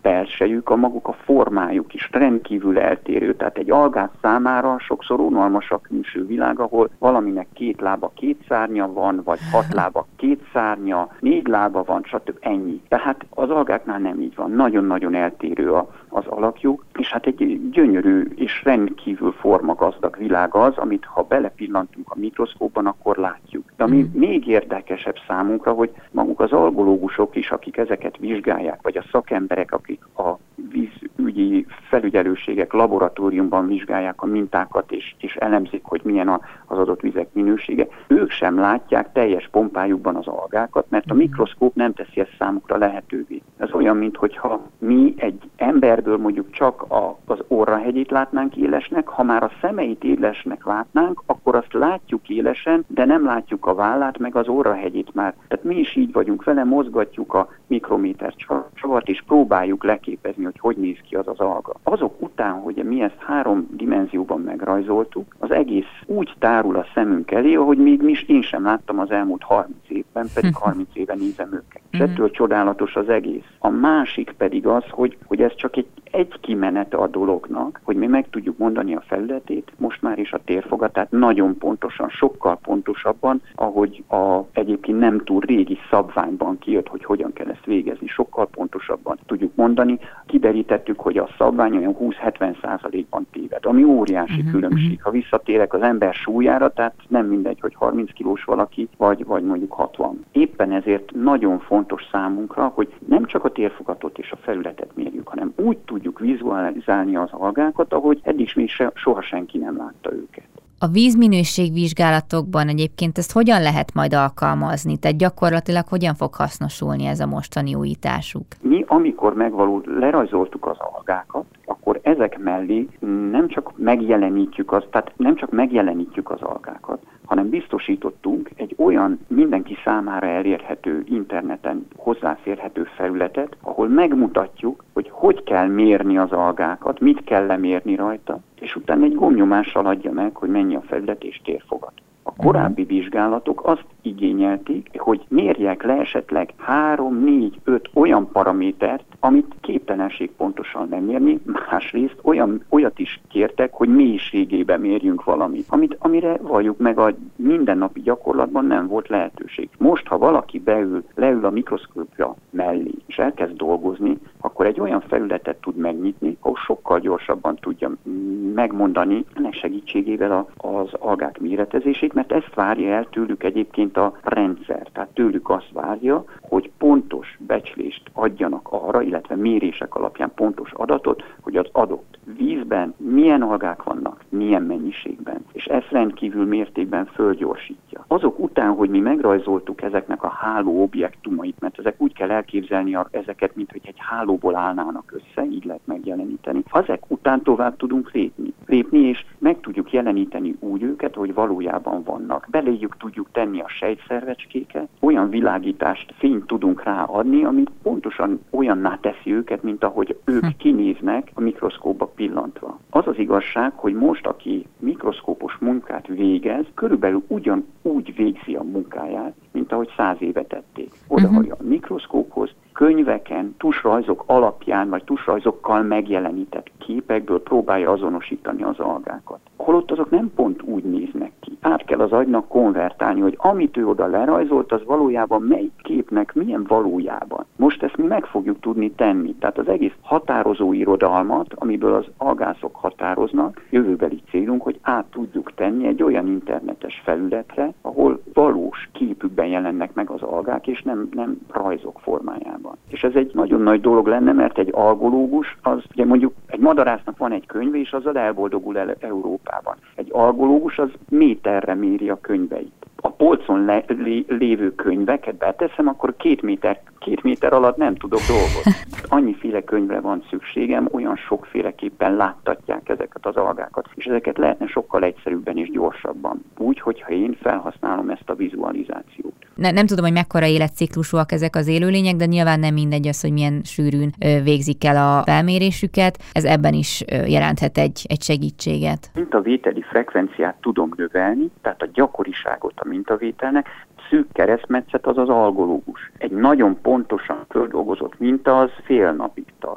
[SPEAKER 6] belsejük, a maguk a formájuk is rendkívül eltérő. Tehát egy algát számára sokszor unalmas a külső világ, ahol valaminek két lába, két szárnya van, vagy hat lába, két szárnya, négy lába van, stb. Ennyi. Tehát az algáknál nem így van. Nagyon-nagyon eltérő a, az alakjuk, és hát egy gyönyörű és rendkívül formagazdag világ az, amit ha belepillantunk a mikroszkópban, akkor látjuk. De ami mm. még érdekesebb számunkra, hogy maguk az algológusok is, akik ezeket vizsgálják, vagy a szakemberek, akik a vízügyi felügyelőségek laboratóriumban vizsgálják a mintákat, és, és elemzik, hogy milyen a, az adott vizek minősége, ők sem látják teljes pompájukban az algákat, mert a mikroszkóp nem teszi ezt számukra lehetővé. Ez olyan, mintha mi egy emberből mondjuk csak a, az orrahegyét látnánk élesnek, ha már a szemeit élesnek látnánk, akkor azt látjuk élesen, de nem látjuk a vállát, meg az orrahegyét már. Tehát mi is így vagyunk vele, mozgatjuk a mikrométer csavart, és próbáljuk leképezni, hogy hogy néz ki az az alga. Azok után, hogy mi ezt három dimenzióban megrajzoltuk, az egész úgy tárul a szemünk elé, ahogy még mi is én sem láttam az elmúlt harminc évben, pedig harminc éve nézem őket. És ettől csodálatos az egész. A másik pedig az, hogy, hogy ez csak egy, egy kimenete a dolognak, hogy mi meg tudjuk mondani a felületét, most már is a térfogatát nagyon pontosan, sokkal pontosabban, ahogy a egyébként nem túl régi szabványban kijött, hogy hogyan kell ezt végezni, sokkal pontosabban tudjuk mondani. Kiderítettük, hogy a szabvány olyan húsz-hetven százalékban téved, ami óriási uh-huh, különbség. Uh-huh. Ha visszatérek az ember súlyára, tehát nem mindegy, hogy harminc kilós valaki, vagy, vagy mondjuk hatvan. Éppen ezért nagyon fontos számunkra, hogy nem csak a térfogatot és a felületet mérjük, hanem úgy tudjuk vizualizálni az algákat, ahogy eddig még se, soha senki nem látta őket.
[SPEAKER 2] A vízminőségvizsgálatokban egyébként ezt hogyan lehet majd alkalmazni? Tehát gyakorlatilag hogyan fog hasznosulni ez a mostani újításuk?
[SPEAKER 6] Mi, amikor megvaló, lerajzoltuk az algákat, akkor ezek mellé nem csak megjelenítjük az, tehát nem csak megjelenítjük az algákat, hanem biztosítottunk egy olyan mindenki számára elérhető, interneten hozzáférhető felületet, ahol megmutatjuk, hogy hogy kell mérni az algákat, mit kell lemérni rajta, és utána egy gombnyomással adja meg, hogy mennyi a felület és térfogat. A korábbi vizsgálatok azt igényelték, hogy mérjek le esetleg három, négy, öt olyan paramétert, amit képtelenség pontosan lemérni, másrészt olyan, olyat is kértek, hogy mélységében mérjünk valamit, amit, amire valljuk meg a mindennapi gyakorlatban nem volt lehetőség. Most, ha valaki beül, leül a mikroszkópja mellé, és elkezd dolgozni, akkor egy olyan felületet tud megnyitni, ahol sokkal gyorsabban tudja megmondani ennek segítségével az algák méretezését, mert ezt várja el tőlük egyébként a rendszer. Tehát tőlük azt várja, hogy pontos becslést adjanak arra, illetve mérések alapján pontos adatot, hogy az adott vízben milyen algák vannak, milyen mennyiségben. És ezt rendkívül mértékben fölgyorsítja. Azok után, hogy mi megrajzoltuk ezeknek a háló objektumait, mert ezek úgy kell elképzelni ezeket, mint hogy egy hálóból állnának össze, így lehet megjeleníteni. Ezek után tovább tudunk lépni. Lépni, és meg tudjuk jeleníteni úgy őket, hogy valójában vannak. Beléjük tudjuk tenni a sejtszervecskéket, olyan világítást, fényt tudunk ráadni, ami pontosan olyanná teszi őket, mint ahogy ők kinéznek a mikroszkópba pillantva. Az az igazság, hogy most, aki mikroszkópos munkát végez, körülbelül ugyanúgy végzi a munkáját, mint ahogy száz éve tették. Odahagyja a mikroszkóphoz, könyveken, tusrajzok alapján, vagy tusrajzokkal megjelenített képekből próbálja azonosítani az algákat. Holott azok nem pont úgy néznek ki. Át kell az agynak konvertálni, hogy amit ő oda lerajzolt, az valójában melyik képnek milyen valójában. Most ezt mi meg fogjuk tudni tenni. Tehát az egész határozó irodalmat, amiből az algászok határoznak, jövőbeli célunk, hogy át tudjuk tenni egy olyan internetes felületre, ahol valós képükben jelennek meg az algák, és nem, nem rajzok formájában. És ez egy nagyon nagy dolog lenne, mert egy algológus, az ugye mondjuk egy madarásznak van egy könyve, és azzal elboldogul el Európában. Egy algológus az méterre méri a könyveit. A polcon le, lé, lévő könyveket beteszem, akkor két méter, két méter alatt nem tudok dolgozni. Annyiféle könyvre van szükségem, olyan sokféleképpen láttatják ezeket az algákat, és ezeket lehetne sokkal egyszerűbben és gyorsabban. Úgy, hogyha én felhasználom ezt a vizualizációt.
[SPEAKER 2] Ne, nem tudom, hogy mekkora életciklusúak ezek az élőlények, de nyilván nem mindegy az, hogy milyen sűrűn ö, végzik el a felmérésüket. Ez ebben is ö, jelenthet egy, egy segítséget.
[SPEAKER 6] Mintavételi frekvenciát tudom növelni, tehát a gyakoriságot a mintavételnek, szűk keresztmetszet az az algológus. Egy nagyon pontosan földolgozott minta az fél napig tart.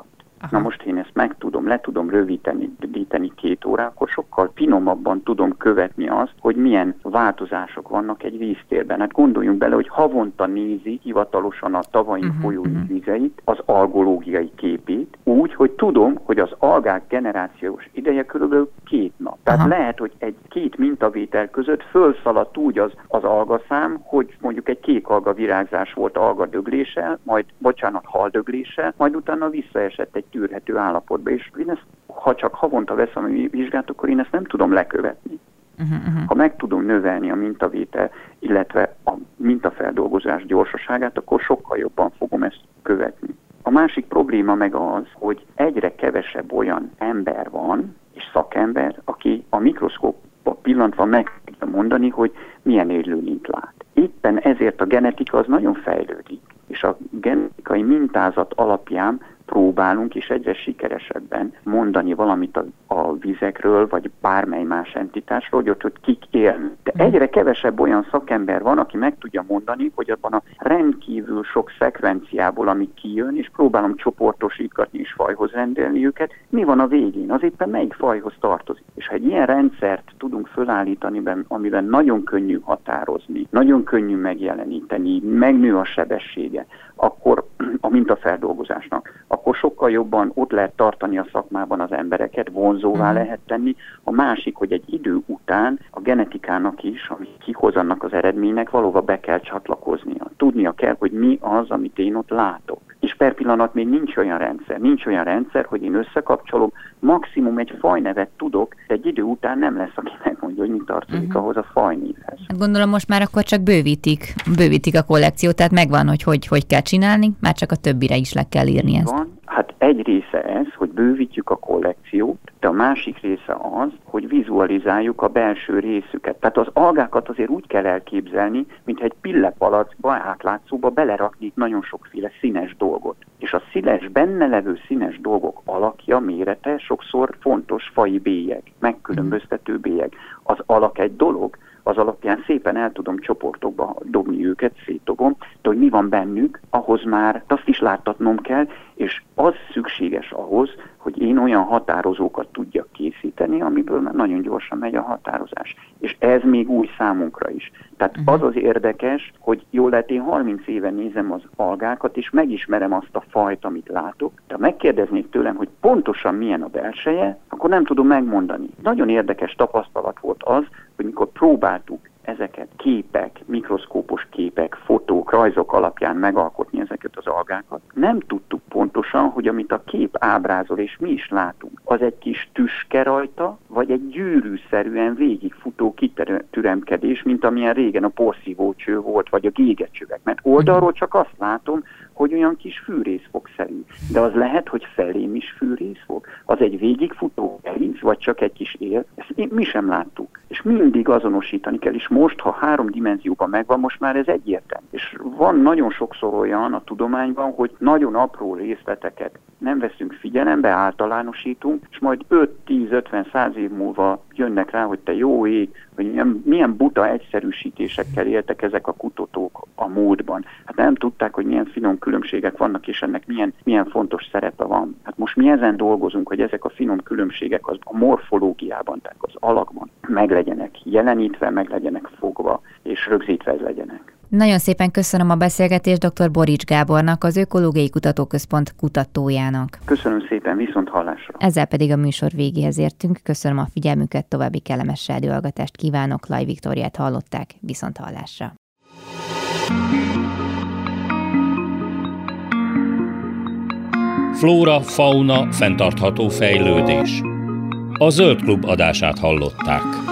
[SPEAKER 6] Aha. Na most én ezt meg tudom, le tudom rövidíteni két óra, akkor sokkal finomabban tudom követni azt, hogy milyen változások vannak egy víztérben. Hát gondoljunk bele, hogy havonta nézi hivatalosan a tavaink uh-huh, folyói uh-huh. vizeit, az algológiai képét, úgy, hogy tudom, hogy az algák generációs ideje körülbelül két nap. Tehát Aha. lehet, hogy egy két mintavétel között fölszaladt úgy az, az algaszám, hogy mondjuk egy kék alga virágzás volt algadögléssel, majd, bocsánat, haldögléssel, majd utána visszaesett egy tűrhető állapotba, és én ezt, ha csak havonta veszem a vizsgát, akkor én ezt nem tudom lekövetni. Uh-huh, uh-huh. Ha meg tudom növelni a mintavétel, illetve a mintafeldolgozás gyorsaságát, akkor sokkal jobban fogom ezt követni. A másik probléma meg az, hogy egyre kevesebb olyan ember van, és szakember, aki a mikroszkópba pillantva meg tudja mondani, hogy milyen élőlényt lát. Éppen ezért a genetika az nagyon fejlődik, és a genetikai mintázat alapján próbálunk is egyre sikeresebben mondani valamit a, a vizekről, vagy bármely más entitásról, hogy ott, hogy kik élnek. De egyre kevesebb olyan szakember van, aki meg tudja mondani, hogy abban a rendkívül sok szekvenciából, ami kijön, és próbálom csoportosítgatni és fajhoz rendelni őket, mi van a végén, az éppen melyik fajhoz tartozik. És ha egy ilyen rendszert tudunk fölállítani, amiben nagyon könnyű határozni, nagyon könnyű megjeleníteni, megnő a sebessége, akkor a mintafeldolgozásnak, akkor sokkal jobban ott lehet tartani a szakmában az embereket, vonzóvá uh-huh. lehet tenni. A másik, hogy egy idő után a genetikának is, ami kihoz annak az eredménynek, valóban be kell csatlakoznia. Tudnia kell, hogy mi az, amit én ott látok. És per pillanat még nincs olyan rendszer. Nincs olyan rendszer, hogy én összekapcsolom, maximum egy fajnevet tudok, de egy idő után nem lesz, aki megmondja, hogy mi tartozik uh-huh. ahhoz a fajnévhez.
[SPEAKER 2] Gondolom most már akkor csak bővítik, bővítik a kollekciót, tehát megvan, hogy, hogy hogy kell csinálni, már csak a többire is le kell írni ezt.
[SPEAKER 6] Van. Hát egy része ez, hogy bővítjük a kollekciót, de a másik része az, hogy vizualizáljuk a belső részüket. Tehát az algákat azért úgy kell elképzelni, mintha egy pillepalacba, átlátszóba belerakni nagyon sokféle színes dolgot. És a színes, benne levő színes dolgok alakja, mérete sokszor fontos faji bélyeg, megkülönböztető bélyeg. Az alak egy dolog, az alapján szépen el tudom csoportokba dobni őket, szétdobom, de hogy mi van bennük, ahhoz már azt is láttatnom kell, és az szükséges ahhoz, hogy én olyan határozókat tudjak készíteni, amiből már nagyon gyorsan megy a határozás. És ez még új számunkra is. Tehát az az érdekes, hogy jól lehet, én harminc éve nézem az algákat, és megismerem azt a fajt, amit látok, de ha megkérdeznék tőlem, hogy pontosan milyen a belseje, akkor nem tudom megmondani. Nagyon érdekes tapasztalat volt az, hogy mikor próbáltuk ezeket képek, mikroszkópos képek, fotók, rajzok alapján megalkotni ezeket az algákat, nem tudtuk pontosan, hogy amit a kép ábrázol, és mi is látunk, az egy kis tüske rajta, vagy egy gyűrűszerűen végigfutó kitüremkedés, mint amilyen régen a porszívócső volt, vagy a gégecsövek. Mert oldalról csak azt látom, hogy olyan kis fűrészfogszerű. De az lehet, hogy felém is fűrészfog. Az egy végigfutó gerinc, vagy csak egy kis él. Ezt mi sem láttuk. És mindig azonosítani kell. És most, ha három dimenzióban megvan, most már ez egyértelmű. És van nagyon sokszor olyan a tudományban, hogy nagyon apró részleteket nem veszünk figyelembe, általánosítunk, és majd öt, tíz, ötven, száz év múlva jönnek rá, hogy te jó ég, hogy milyen, milyen buta egyszerűsítésekkel éltek ezek a kutatók a múltban. Hát nem tudták, hogy milyen finom különbségek vannak, és ennek milyen, milyen fontos szerepe van. Hát most mi ezen dolgozunk, hogy ezek a finom különbségek az a morfológiában, tehát az alakban meg legyenek jelenítve, meg legyenek fogva, és rögzítve legyenek.
[SPEAKER 2] Nagyon szépen köszönöm a beszélgetést dr. Borics Gábornak, az Ökológiai Kutatóközpont kutatójának.
[SPEAKER 6] Köszönöm szépen, viszont hallásra.
[SPEAKER 2] Ezzel pedig a műsor végéhez értünk. Köszönöm a figyelmüket, további kellemes rádióhallgatást kívánok. Laj Viktóriát hallották, viszont hallásra.
[SPEAKER 1] Flóra, fauna, fenntartható fejlődés. A Zöld Klub adását hallották.